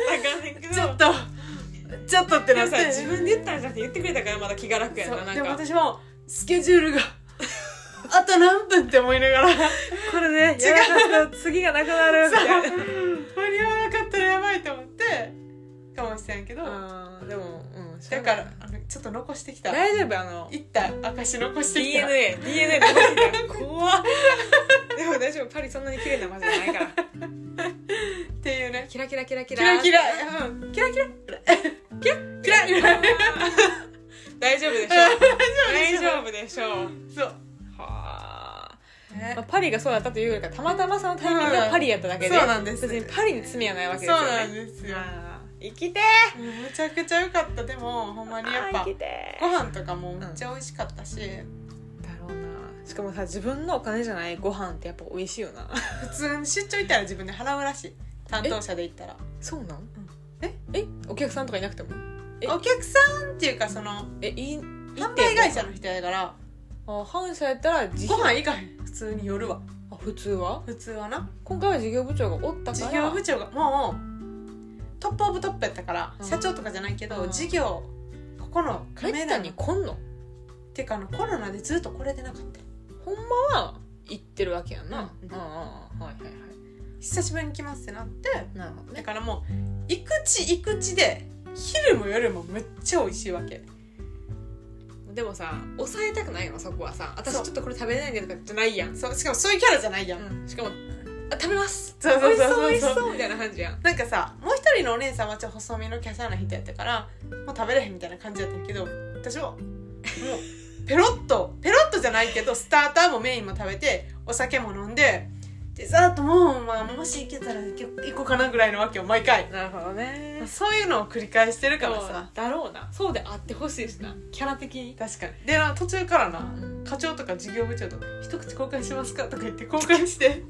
ちょっとってなって、 自分で言ったんじゃなくて言ってくれたからまだ気が楽やな。なんかでも私もスケジュールがあと何分って思いながらこれでやらかすと次がなくなるみたいな。 間に合わなかったらやばいと思って我慢したんやけど、 でも、 だからちょっと残してきた。 大丈夫行った証残してきた。 DNA 残してきた。怖っ。でも大丈夫、パリそんなに綺麗な街じゃないからっていうね。 キラキラキラキラキラキラキラキラキラキラ大丈夫でしょ大丈夫でしょ。 そうはあ、パリがそうだったというよりかたまたまそのタイミングがパリやっただけで、 そうなんです。 別にパリに罪はないわけですよね。 そうなんですよ。 生きてめちゃくちゃ良かった。でもほんまにやっぱ生きてご飯とかもめっちゃ美味しかったし、 だろうな。しかもさ、自分のお金じゃないご飯ってやっぱ美味しいよな。 普通に出張行ったら自分で払うらしい、担当者で行ったら。 そうなん？お客さんとかいなくても？ お客さんっていうかその販売会社の人やから、 反社やったらご飯行かへん。普通に夜は。 普通はな。今回は事業部長がおったから。 事業部長がもうトップオブトップやったから、社長とかじゃないけど、事業ここのカメラに来んのっていうかコロナでずっと来れてなかった。 ほんまは行ってるわけやな。はいはいはい。 久しぶりに来ますってなって、 なるほどね。 だからもう行く地で昼も夜もめっちゃ美味しいわけ。 でもさ、抑えたくないのそこはさ。私ちょっとこれ食べれないんだとかじゃないやん。 そう、しかもそういうキャラじゃないやん。 しかも食べます。 そう美味しそうみたいな感じやん。 なんかさ、もう一人のお姉さんはちょっと細身の華奢な人やったからもう食べれへんみたいな感じやったんやけど、私はもうペロッとじゃないけどスターターもメインも食べてお酒も飲んでデザートも、もし行けたら行こうかなぐらいのわけよ毎回。 なるほどね。 そういうのを繰り返してるからさ。 だろうな。そうであってほしいしな、キャラ的に。 確かに。で途中からな、課長とか事業部長と一口交換しますかとか言って交換してなんか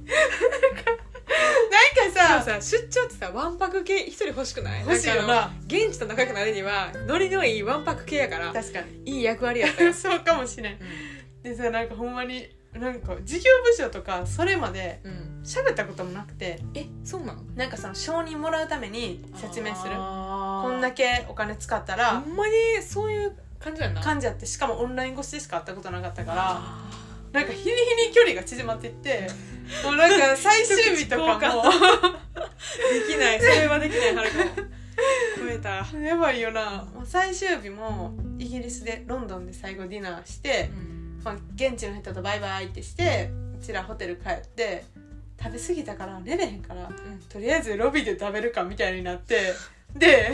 さ、 でもさ、出張ってさ、わんぱく系一人欲しくない？ 欲しいよな。 現地と仲良くなるにはノリのいいわんぱく系やから。 確かにいい役割やったよそうかもしれん、でさ、なんかほんまになんか事業部長とかそれまで喋ったこともなくて、 そうなの？ なんかその承認もらうために説明する、こんだけお金使ったらほんまにそういう感じやな。 感じやって、しかもオンライン越しでしか会ったことなかったから、 なんか日に日に距離が縮まっていってもうなんか最終日とかもできない、それはできない。はるかも超えた。 やばいよな。もう最終日もイギリスでロンドンで最後ディナーして、まあ、現地の人とバイバイってしてうちらホテル帰って食べ過ぎたから寝れへんから、とりあえずロビーで食べるかみたいになってで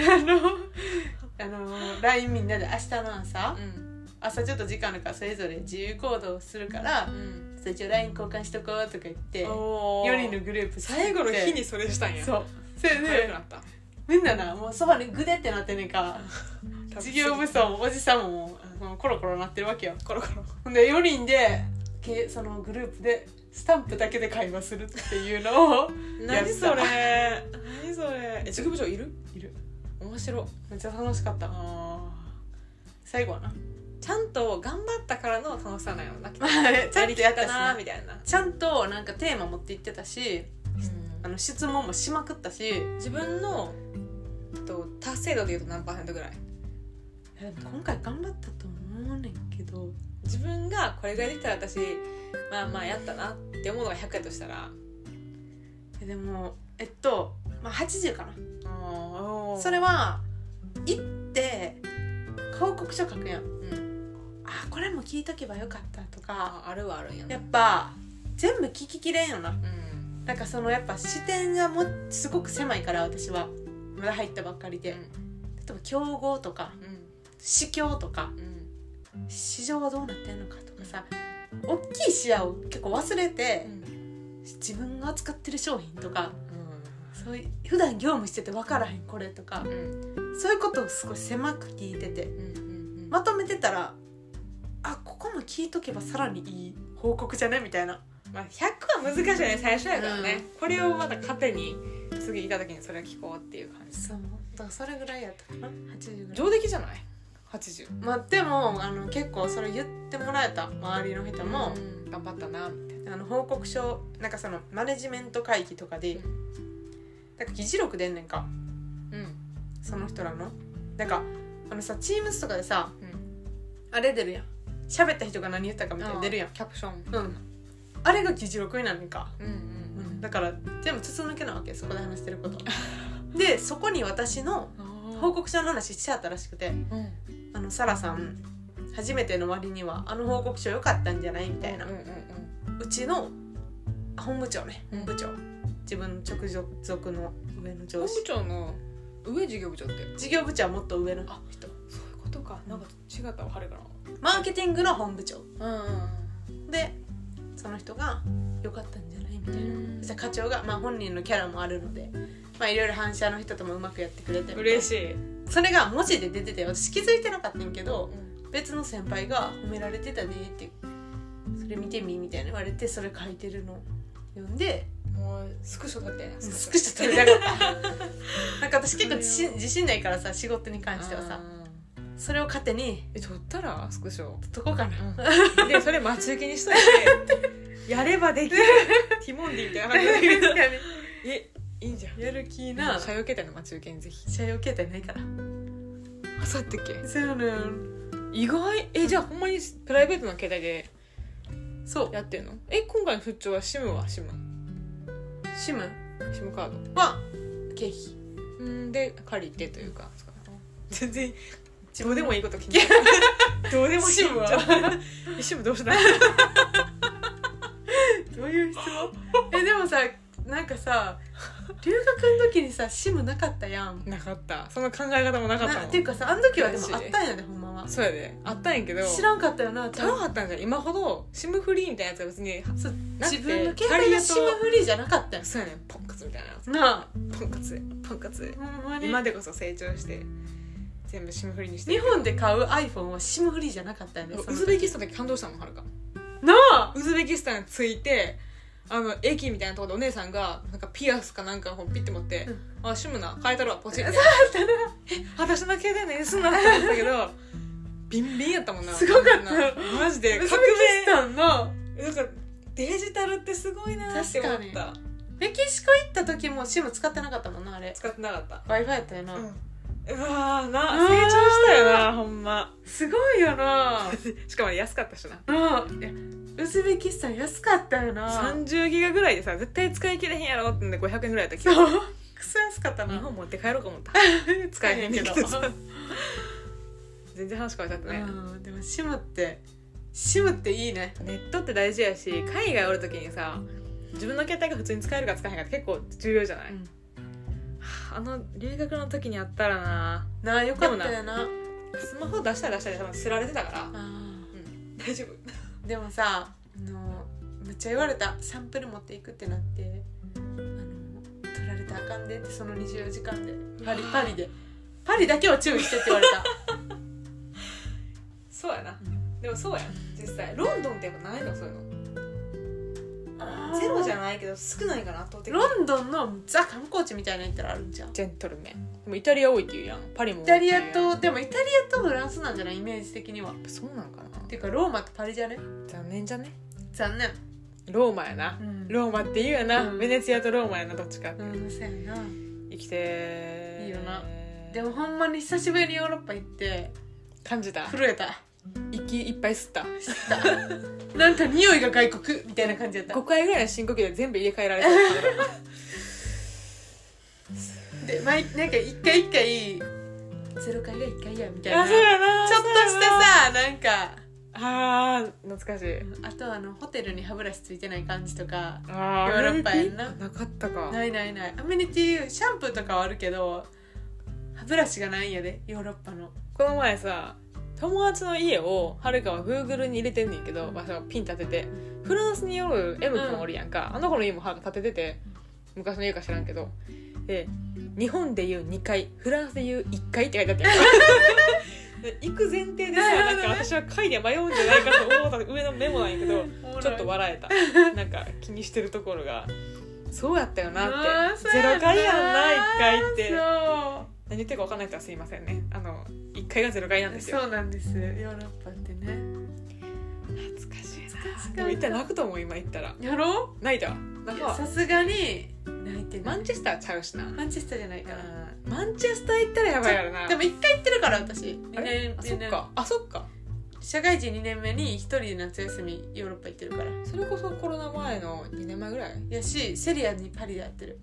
LINE みんなで明日の朝ちょっと時間あるからそれぞれ自由行動するから、一応 LINE 交換しとこうとか言って4人のグループ最後の日にそれしたんや。 そうそれでみんななもうそばにグデってなってんねんか事業部長もおじさんもコロコロなってるわけよ。 コロコロ。 ほんで4人でそのグループでスタンプだけで会話するっていうのを何それ何それ。事業部長いる面白。 めっちゃ楽しかった。最後はなちゃんと頑張ったからの楽しさなんやろな。 ちゃんとやったしなみたいな。 ちゃんとなんかテーマ持っていってたし、質問もしまくったし、 自分の達成度でいうと何%ぐらい？ 今回頑張ったと思うねんけど、 自分がこれができたら私まあまあやったなって思うのが100やとしたら、 でもまあ、80かな。それは行って報告書書くやん、これも聞いとけばよかったとかあるはあるんやな。 やっぱ全部聞ききれんよな、なんかやっぱ視点がすごく狭いから私はまだ入ったばっかりで、例えば競合とか、市況とか、市場はどうなってんのかとかさ、大きい視野を結構忘れて、自分が扱ってる商品とか、そういう普段業務してて分からへんこれとか、そういうことを少し狭く聞いてて、まとめてたらここも聞いとけばさらにいい報告じゃねみたいな。 まあ、100は難しいよね最初やからね、これをまた糧に次いた時にそれを聞こうっていう感じ。 そうだからそれぐらいやったかな。80ぐらい上出来じゃない？ 80。 まあでも結構それ言ってもらえた周りの人も、 頑張ったなみたいな。 報告書なんかマネジメント会議とかで、なんか議事録出んねんか、その人らのなんかチームスとかでさ、あれ出るやん、喋った人が何言ったかみたいな出るやん、 キャプション、 あれが議事録になんねんか、だから全部筒抜けなわけ、そこで話してることで、そこに私の報告書の話しちゃったらしくて、サラさん初めての割には報告書良かったんじゃないみたいな、うちの本部長ね、本部長、自分の直属の上の上司。 本部長の上事業部長って事業部長はもっと上の人。 そういうことか。なんか違ったわ、はるかな。 マーケティングの本部長、でその人が良かったんじゃないみたいな、そしたら課長が、本人のキャラもあるので、いろいろ反社の人ともうまくやってくれて、 嬉しい。 それが文字で出てて私気づいてなかったんけど、別の先輩が褒められてたでってそれ見てみみたいな言われて、それ書いてるのを読んで、 もうスクショ撮ってスクショ撮りたかったなんか私結構自信ないからさ、仕事に関してはさ、それを糧に撮ったらスクショ撮っとこうかな、 でそれ待ち受けにしといてやればできるティモンディみたいな感じでいいんじゃん、 やる気な。 社用携帯の待ち受けにぜひ。 社用携帯ないから。 あさってっけ。 そうやねん。意外。じゃあほんまにプライベートの携帯でそうやってんの？今回の出張はシムはシムカードは経費で借りてというか、 全然どうでもいいこと聞いてどうでもいい。シムはシムどうしたどういう質問でもさ、なんかさ留学の時にさシムなかったやん。 なかった。その考え方もなかったもん。 っていうかさ、あの時はでもあったんやで、ほんまは。 そうやで、あったんやけど知らんかったよな。 足らんかったんじゃん。今ほどシムフリーみたいなやつが別になくて、 自分の携帯がシムフリーじゃなかったんや。 そうやねん、ポンカツみたいななあ、 ポンカツ今でこそ成長して全部シムフリーにして日本で買う iPhone はシムフリーじゃなかったんやで。 ウズベキスタンで感動したもん、はるかなあ。 ウズベキスタンに着いて、駅みたいなところでお姉さんがなんかピアスかなんかピッて持って、シムな変えたるわポチって、私の携帯のすんなって思ったけどビンビンやったもんな。 すごかったマジでウズベキスタンのなんかデジタルってすごいなって思った。 メキシコ行った時もシム使ってなかったもんな。あれ使ってなかった。 Wi-Fi やったよな、 うわーな、成長したよな、ほんま。 すごいよなしかも安かったしな。 いやウズベキスタン安かったよな。 30ギガぐらいでさ絶対使い切れへんやろってんで500円ぐらいやったっけ。 そうクソ安かったな。 日本持って帰ろうか思った使えへんけど全然話変わっちゃったね、 でもシムっていいね。 ネットって大事やし海外おる時にさ自分の携帯が普通に使えるか使えへんかって結構重要じゃない、留学の時にやったらなあよかったよな。 スマホ出したら多分すられてたから大丈夫でもさめっちゃ言われた。サンプル持っていくってなって取られたらあかんでってその24時間でパリだけは注意してって言われたそうやな、でもそうや実際ロンドンってやっぱないのそういうのゼロじゃないけど少ないかな圧倒的に。 ロンドンのザ観光地みたいなの行ったらあるんじゃん。 ジェントルメン。でもイタリア多いって言うやん。パリも多いイタリアとでもイタリアとフランスなんじゃないイメージ的には。 そうなんかな。 っていうかローマとパリじゃね。 残念じゃね。 残念。 ローマやな、ローマって言うやな、ベネツィアとローマやなどっちか。 そうやな。 生きていいよな。でもほんまに久しぶりにヨーロッパ行って感じた。 震えた。 息いっぱい吸ったなんか匂いが外国みたいな感じだった。 5回ぐらいの深呼吸で全部入れ替えられたでなんか一回0回が1回やみたいな。 そうやな。 ちょっとしたさなんか懐かしい。 あとホテルに歯ブラシついてない感じとかヨーーロッパやんな。 なかったか。 ないアメニティシャンプーとかはあるけど歯ブラシがないんやでヨーロッパの。 この前さ友達の家をはるかは Google に入れてんねんけど場所をピン立ててフランスにおる M 君おるやんか、あの子の家も立ててて昔の家か知らんけどで日本でいう2階フランスでいう1階って書いてあったやんかで行く前提でさなんか私は階で迷うんじゃないかと思った上のメモなんやけどちょっと笑えた。なんか気にしてるところがそうやったよなって0階やんな1階って。何言ってるか分かんない人はすいませんね。1階が0階なんですよ。 そうなんですヨーロッパってね。 懐かしいな。でも一体泣くと思う今言ったら。 やろ泣いたわ。 さすがに泣いてない。 マンチェスターちゃうしな。 マンチェスターじゃないかな。 マンチェスター行ったらやばいやろな。 でも1回行ってるから私そっか社会人2年目に1人で夏休みヨーロッパ行ってるから。 それこそコロナ前の2年前ぐらいやしセリアにパリでやってる。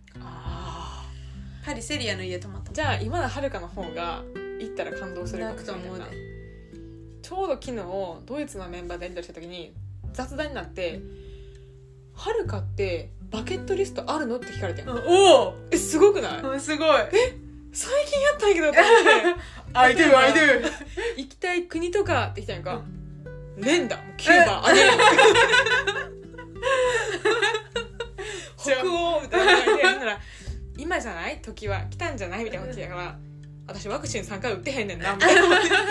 パリセリアの家泊まった。 じゃあ今のはるかの方が行ったら感動するかもしれないな。ちょうど昨日ドイツのメンバーでやり取りした時に雑談になってはるかってバケットリストあるのって聞かれてん。 おおすごくない？ すごい。 最近やったんやけどと思って I do 行きたい国とかって来たんやんか、連打キューバアゲン北欧みたいな感じでなら今じゃない時は来たんじゃないみたいなこと聞いたから私ワクチン3回打ってへんねんなみたいな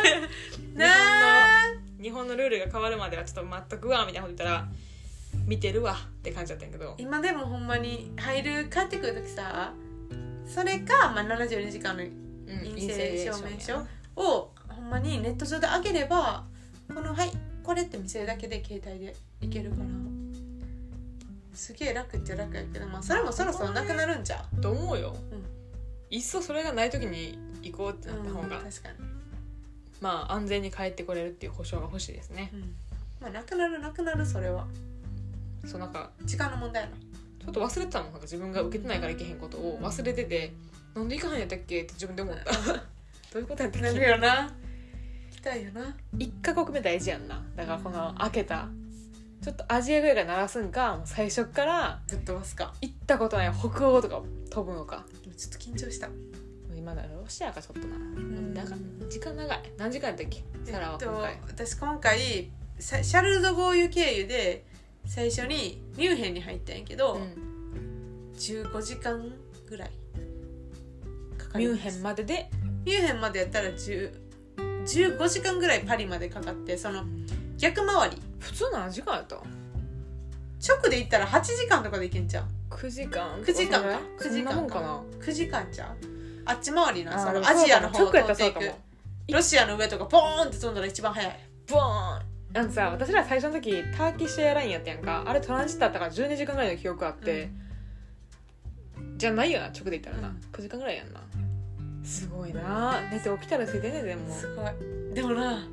日本のルールが変わるまではちょっと待っとくわみたいなこと言ったら見てるわって感じだったんやけど、 今でもほんまに帰ってくる時さそれか、72時間の陰性証明書をほんまにネット上で上げればこれって見せるだけで携帯でいけるからすげえ楽っちゃ楽やけど、それもそろそろなくなるんちゃうと思うよ、いっそそれがない時に行こうってなった方が、 確かに安全に帰ってこれるっていう保証が欲しいですね、 なくなるそれはそうなんか時間の問題やな。 ちょっと忘れてたもん自分が受けてないから行けへんことを忘れててなんで行かへんやったっけって自分で思ったどういうことやったっけなるよな行きたいよな。 1カ国目大事やんな。だからこの開けたちょっとアジアぐらいから鳴らすんかもう最初からぶっ飛ばすか行ったことない北欧とか飛ぶのか。 ちょっと緊張した。 今だロシアかちょっとな、だから時間長い。何時間やったっけ、サラは今回。 私今回シャルル・ド・ゴーユ経由で最初にミュンヘンに入ったんやけど、15時間ぐらいかかります。 ミュンヘンまででミュンヘンまでやったら15時間ぐらいパリまでかかって、その逆回り普通何時間やった？ 直で行ったら8時間とかで行けんじゃん。 9時間 9時間か 9時間かな。 9時間じゃん。あっち回りな、そのアジアの方を通っていく。ロシアの上とかポーンって飛んだら一番早い。 ボーン。さ、私ら最初の時ターキッシュエアラインやったやんか。あれトランジットだったから12時間ぐらいの記憶あって、じゃないよな、直で行ったらな、9時間ぐらいやんな。すごいな。寝て起きたらついてんねんでも。 すごい。でもな、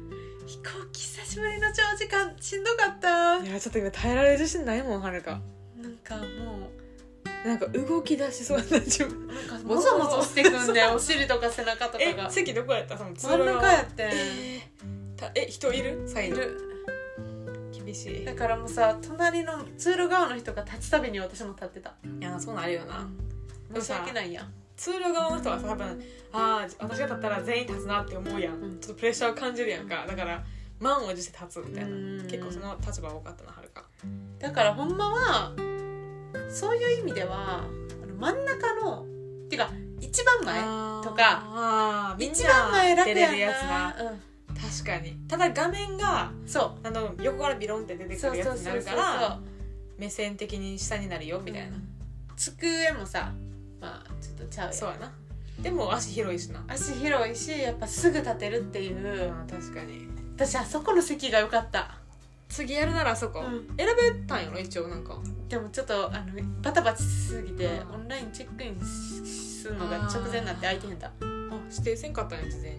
飛行機久しぶりの長時間しんどかった。 いやちょっと今耐えられる自信ないもんはるか。 なんかもうなんか動き出しそうな自分なんかもぞもぞしてくんねお尻とか背中とかが。 席どこやった？その真ん中やってん。 人いる？サイドいる。 厳しい。 だからもうさ隣の通路側の人が立つたびに私も立ってた。 いやそうなるよな。 申し訳ないやん。 通路側の人はさ多分私が立ったら全員立つなって思うやん、ちょっとプレッシャーを感じるやんか。だから満を持して立つみたいな。結構その立場多かったなはるか。 だからほんまはそういう意味では真ん中のっていうか一番前とか一番前楽やな、 やつな、確かに。ただ画面がそう横からビロンって出てくるやつになるから目線的に下になるよみたいな、 机もさまあちょっとちゃうやん。 そうやな。でも足広いしな。 足広いしやっぱすぐ立てるっていう。 確かに。 私あそこの席が良かった。 次やるならあそこ、選べたんやろ一応。なんかでもちょっとバタバタしすぎてオンラインチェックインするのが直前になって空いてへんだ。 指定せんかったんや事前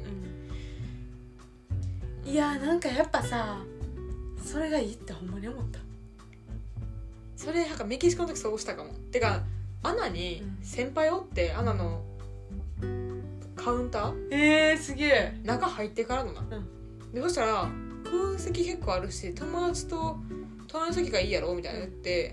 に、 いやなんかやっぱさそれがいいってほんまに思った。 それなんかメキシコの時そうしたかも。てかアナに先輩おって、アナのカウンターすげえ中入ってからのな、でそしたら空席結構あるし友達と隣の席がいいやろみたいな言って、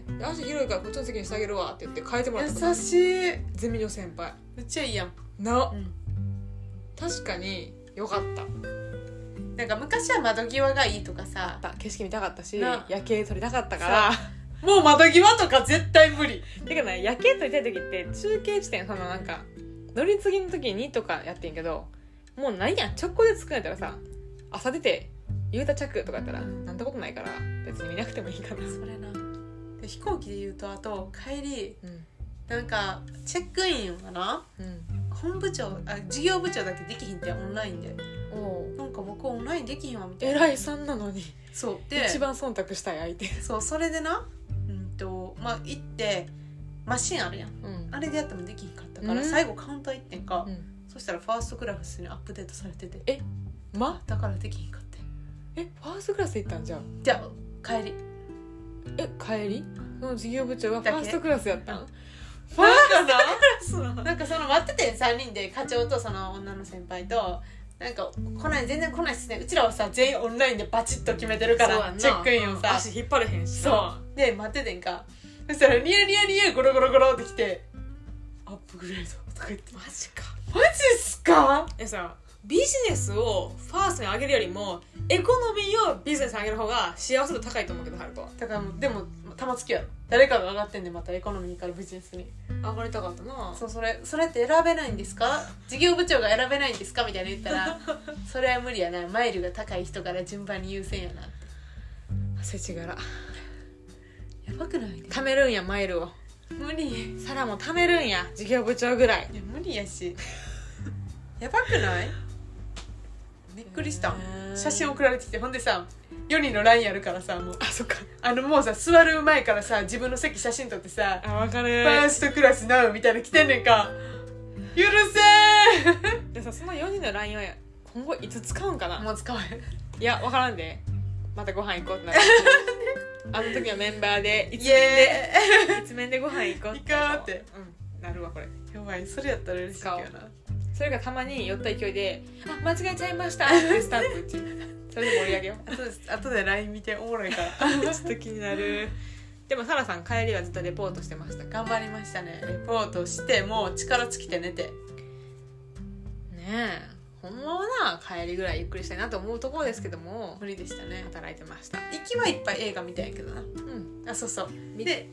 足広いからこっちの席にしてあげるわって言って変えてもらったこと。 優しい。 ゼミの先輩めっちゃいいやんな、確かによかった。 なんか昔は窓際がいいとかさ景色見たかったし夜景撮りたかったからもう窓際とか絶対無理。 てかね夜景撮りたい時って中継地点そのなんか乗り継ぎの時にとかやってんけどもうないやん。直行で着くんやったらさ朝出て夕方着とかやったらなんてことないから別に見なくてもいいかな。 それな。で飛行機で言うとあと帰り、なんかチェックインはな、本部長事業部長だけできひんってオンラインで。なんか僕オンラインできひんわみたいな。 偉いさんなのに。 そうで一番忖度したい相手。 そうそれでなまあ行ってマシンあるやん、あれでやってもできひんかったから、最後カウンター行ってんか、そしたらファーストクラスにアップデートされててだからできひんかって。 ファーストクラス行ったんじゃん。 じゃあ帰り帰りその事業部長がファーストクラスやったん。 ファーストクラスなんかその待ってて3人で課長とその女の先輩となんか全然来ないっすね。うちらはさ全員オンラインでバチッと決めてるからチェックインをさ、 足引っ張れへんしそうで待っててんか。そしたらニヤニヤニヤゴロゴロゴロってきてアップグレードとか言って。 マジか。 マジっすか。 さビジネスをファーストに上げるよりもエコノミーをビジネスに上げる方が幸せ度高いと思うけど、ハルトは。 だからでも玉突きやろ。誰かが上がってんでまたエコノミーからビジネスに上がりたかったな。 そうそれって選べないんですか、事業部長が選べないんですかみたいな言ったらそれは無理やな、マイルが高い人から順番に優先やなって。 せちがらやばくない？ 貯めるんやマイルを。 無理。 サラも貯めるんや事業部長ぐらい。 いや無理やしやばくない？びっくりした。写真送られてきて、ほんでさ4人の LINE あるからさ、もうそっかもうさ座る前からさ自分の席写真撮ってさ分かるファーストクラスナウみたいな来てんねんか。許せーでさその4人の LINE は今後いつ使うんかな。 もう使わへん。 いや分からんでまたご飯行こうってなるあの時のメンバーで一面でご飯行こうってなるわこれ。 やばい。それやったら嬉しいけどな。 それがたまに酔った勢いで間違えちゃいましたってスタンプうちそれで盛り上げよう。 後で LINE 見ておもろいからちょっと気になる。でもサラさん帰りはずっとレポートしてましたか？ 頑張りましたね。レポートしてもう力尽きて寝てねえ。ほんまはな帰りぐらいゆっくりしたいなと思うところですけども無理でしたね。 働いてました。 行きはいっぱい映画見たんやけどな。そうそうで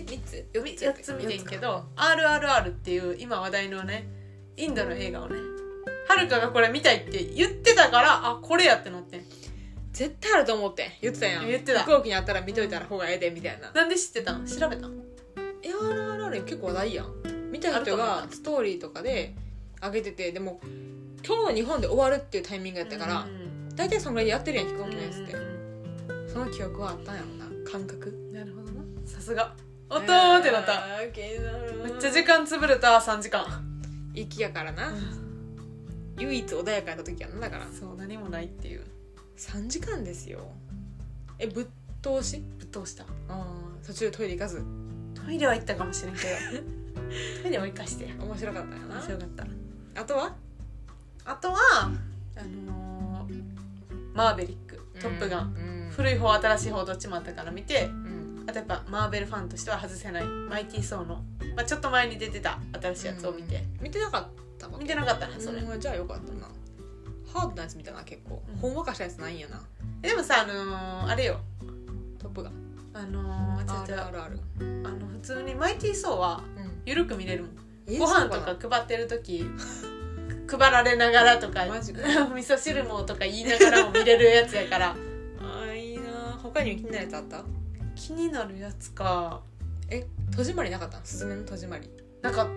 4つ見てんけど RRR っていう今話題のねインドの映画をねはるかがこれ見たいって言ってたからこれやってなってん。 絶対あると思って言ってたやん。 言ってた。 飛行機にあったら見といたら方がええでみたいな。 なんで知ってたん？調べたん ？RRR 結構話題やん。見た人がストーリーとかで上げてて、でも今日の日本で終わるっていうタイミングやったから、大体そのぐらいやってるやん飛行機のやつって、その記憶はあったんやろな、感覚。 なるほどな。さすがおとーってなった。めっちゃ時間潰れた。3時間行きやからな、唯一穏やかやった時やんだから。 そう何もないっていう。 3時間ですよ。ぶっ通し途中トイレ行かず。 トイレは行ったかもしれんけどトイレは行かして面白かったよな。 面白かった。 あとはマーベリック、トップガン、古い方新しい方どっちもあったから見て、あとやっぱマーベルファンとしては外せないマイティー・ソーの、ちょっと前に出てた新しいやつを見て、 見てなかった見てなかったねそれ。 じゃあよかったな。ハードなやつ見たな結構、ほんわかしたやつないんやな。 でもさあれよ、 トップガンある普通にマイティー・ソーはゆるく見れるもん。ご飯とか配ってる時配られながらとか味噌汁もとか言いながらも見れるやつやからいいな。他に気になるやつあった？ 気になるやつか。 戸締まりなかったの？スズメの戸締まりなんか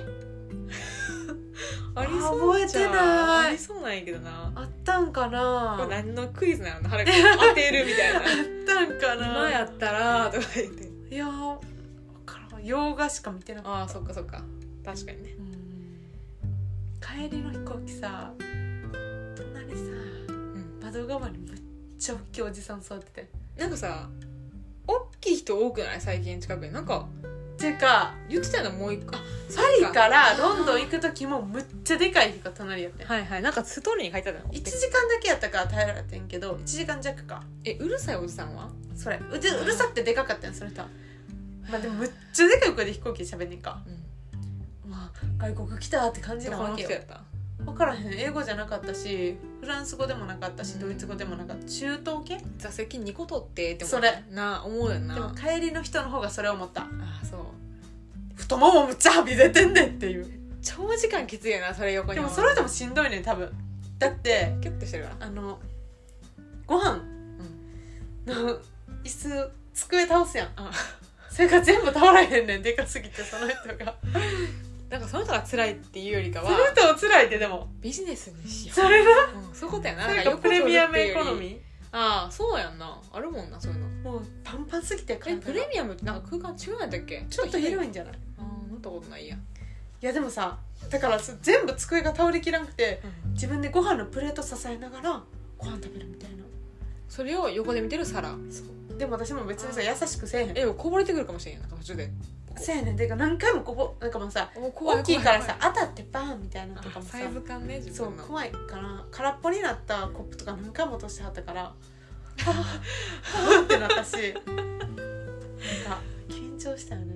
ありそう覚えてない。 ありそうなんやけどな。 あったんかな。 これ何のクイズなの？はるか当てるみたいなあったんかな。 今やったらとか言って。 いや分からん。洋画しか見てなかった。 ああそっかそっか、確かにね。 帰りの飛行機さ、隣さ、窓側にめっちゃ大きいおじさん座ってて、 なんかさ大きい人多くない？最近近くになんかてか言ってたのもう一個。 パリからロンドン行く時もむっちゃでかい人が隣やって。 はいはい、なんかストーリーに書いてあったの。 1時間だけやったから耐えられてんけど、1時間弱か。 うるさいおじさんは？ それうるさってでかかったんその人は。でもむっちゃでかい声で飛行機で喋んねんか。外国来たって感じなわけよ。分からへん。英語じゃなかったし、フランス語でもなかったし、ドイツ語でもなかった。中東系？ 座席2個取ってって思う。 それな思うよな。 でも帰りの人の方がそれを思った。 そう。 太ももむっちゃはみ出てんねんっていう。 長時間きついよなそれ横に。 でもそれでもしんどいねん多分。だってキュッとしてるからご飯の椅子机倒すやん。それが全部倒らへんねん、でかすぎて。その人がなんかその人が辛いっていうよりかは、 その人を辛いってでもビジネスにしよう。 それが、 そういうことやな。 それがプレミアムエコノミー。 そうやんな。あるもんなそういうの。 もうパンパンすぎて。 プレミアムってなんか空間違うんやったっけ？ ちょっと広いんじゃない？ 乗ったことないや。いやでもさ、だから全部机が倒れきらんくて、自分でご飯のプレート支えながらご飯食べるみたいな。 それを横で見てるサラ。 でも私も別にさ優しくせえへん。 こぼれてくるかもしれんやん。なんか途中でせえねん。てか何回もなんかもうさ、大きいからさ当たってバーンみたいなとかもさ、 サイズ感ね。自分のそう怖いから空っぽになったコップとか何回も落としてはったからってなったし、なんか緊張したよね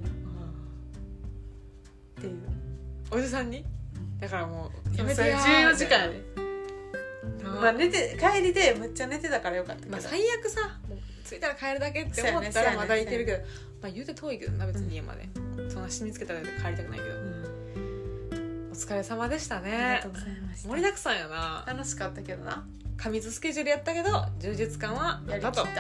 っていう。 おじさんにだからもうやめてや14時間やで。寝て帰りでむっちゃ寝てたからよかったけど、 最悪さもう着いたら帰るだけって思ったらまだいけるけど、言うて遠いけどな別に家まで、そんな死につけたら帰りたくないけど、お疲れ様でしたね。 ありがとうございました。 盛りだくさんやな。 楽しかったけどな。 過密スケジュールやったけど充実感はやりきった。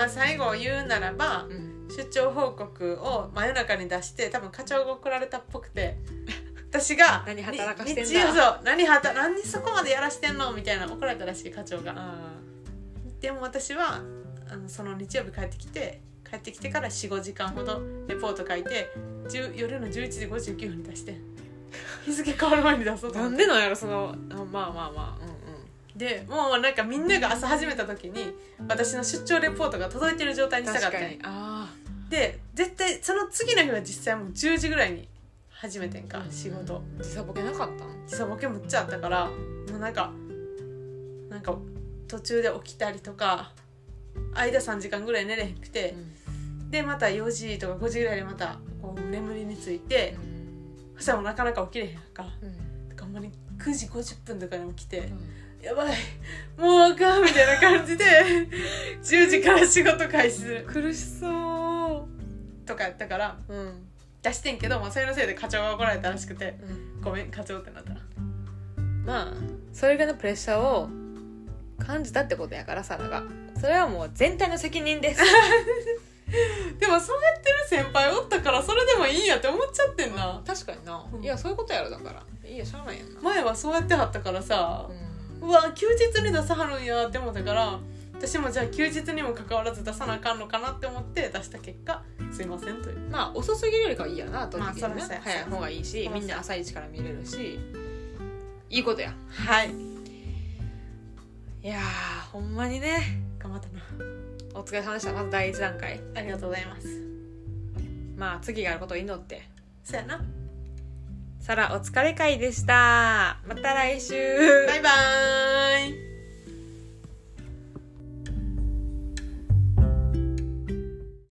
最後言うならば、出張報告を真夜中に出して、多分課長が怒られたっぽくて私が何働かしてんだ、 そう何そこまでやらしてんのみたいな怒られたらしい課長が。でも私はその日曜日帰ってきてから 4,5 時間ほどレポート書いて夜の11時59分に出して日付変わる前に出そうと思って。 なんでなんやろそのでもうなんかみんなが朝始めた時に私の出張レポートが届いてる状態にしたかったね。で絶対その次の日は実際もう10時ぐらいに始めてんか、仕事。 時差ボケなかったの？ 時差ボケむっちゃあったから、もうなんか途中で起きたりとか間3時間ぐらい寝れへんくて、でまた4時とか5時ぐらいでまたこう眠りについて、そしたらもうなかなか起きれへんか、ほんまに9時50分とかに起きて、やばいもうあかんみたいな感じで10時から仕事開始する。 苦しそうとかやったから、出してんけど、それのせいで課長が怒られたらしくて、ごめん課長ってなったら、 それぐらいのプレッシャーを感じたってことやから、サラがそれはもう全体の責任ですでもそうやってる先輩おったからそれでもいいんやって思っちゃってんな。 確かにな、いやそういうことやろ。だからいいやしゃあないやんな。 前はそうやってはったからさ、うわ休日に出さはるんやって思ったから、私もじゃあ休日にも関わらず出さなあかんのかなって思って出した結果、すいませんという。 遅すぎるよりかはいいやな、後的にね、 早い方がいいし、みんな朝一から見れるし、いいことや。 はい。 いやーほんまにね頑張ったな。 お疲れ様でした。まず第一段階。 ありがとうございます。 まあ次があることを祈って。 そうやな。 サラお疲れ会でした。また来週。 バイバーイ。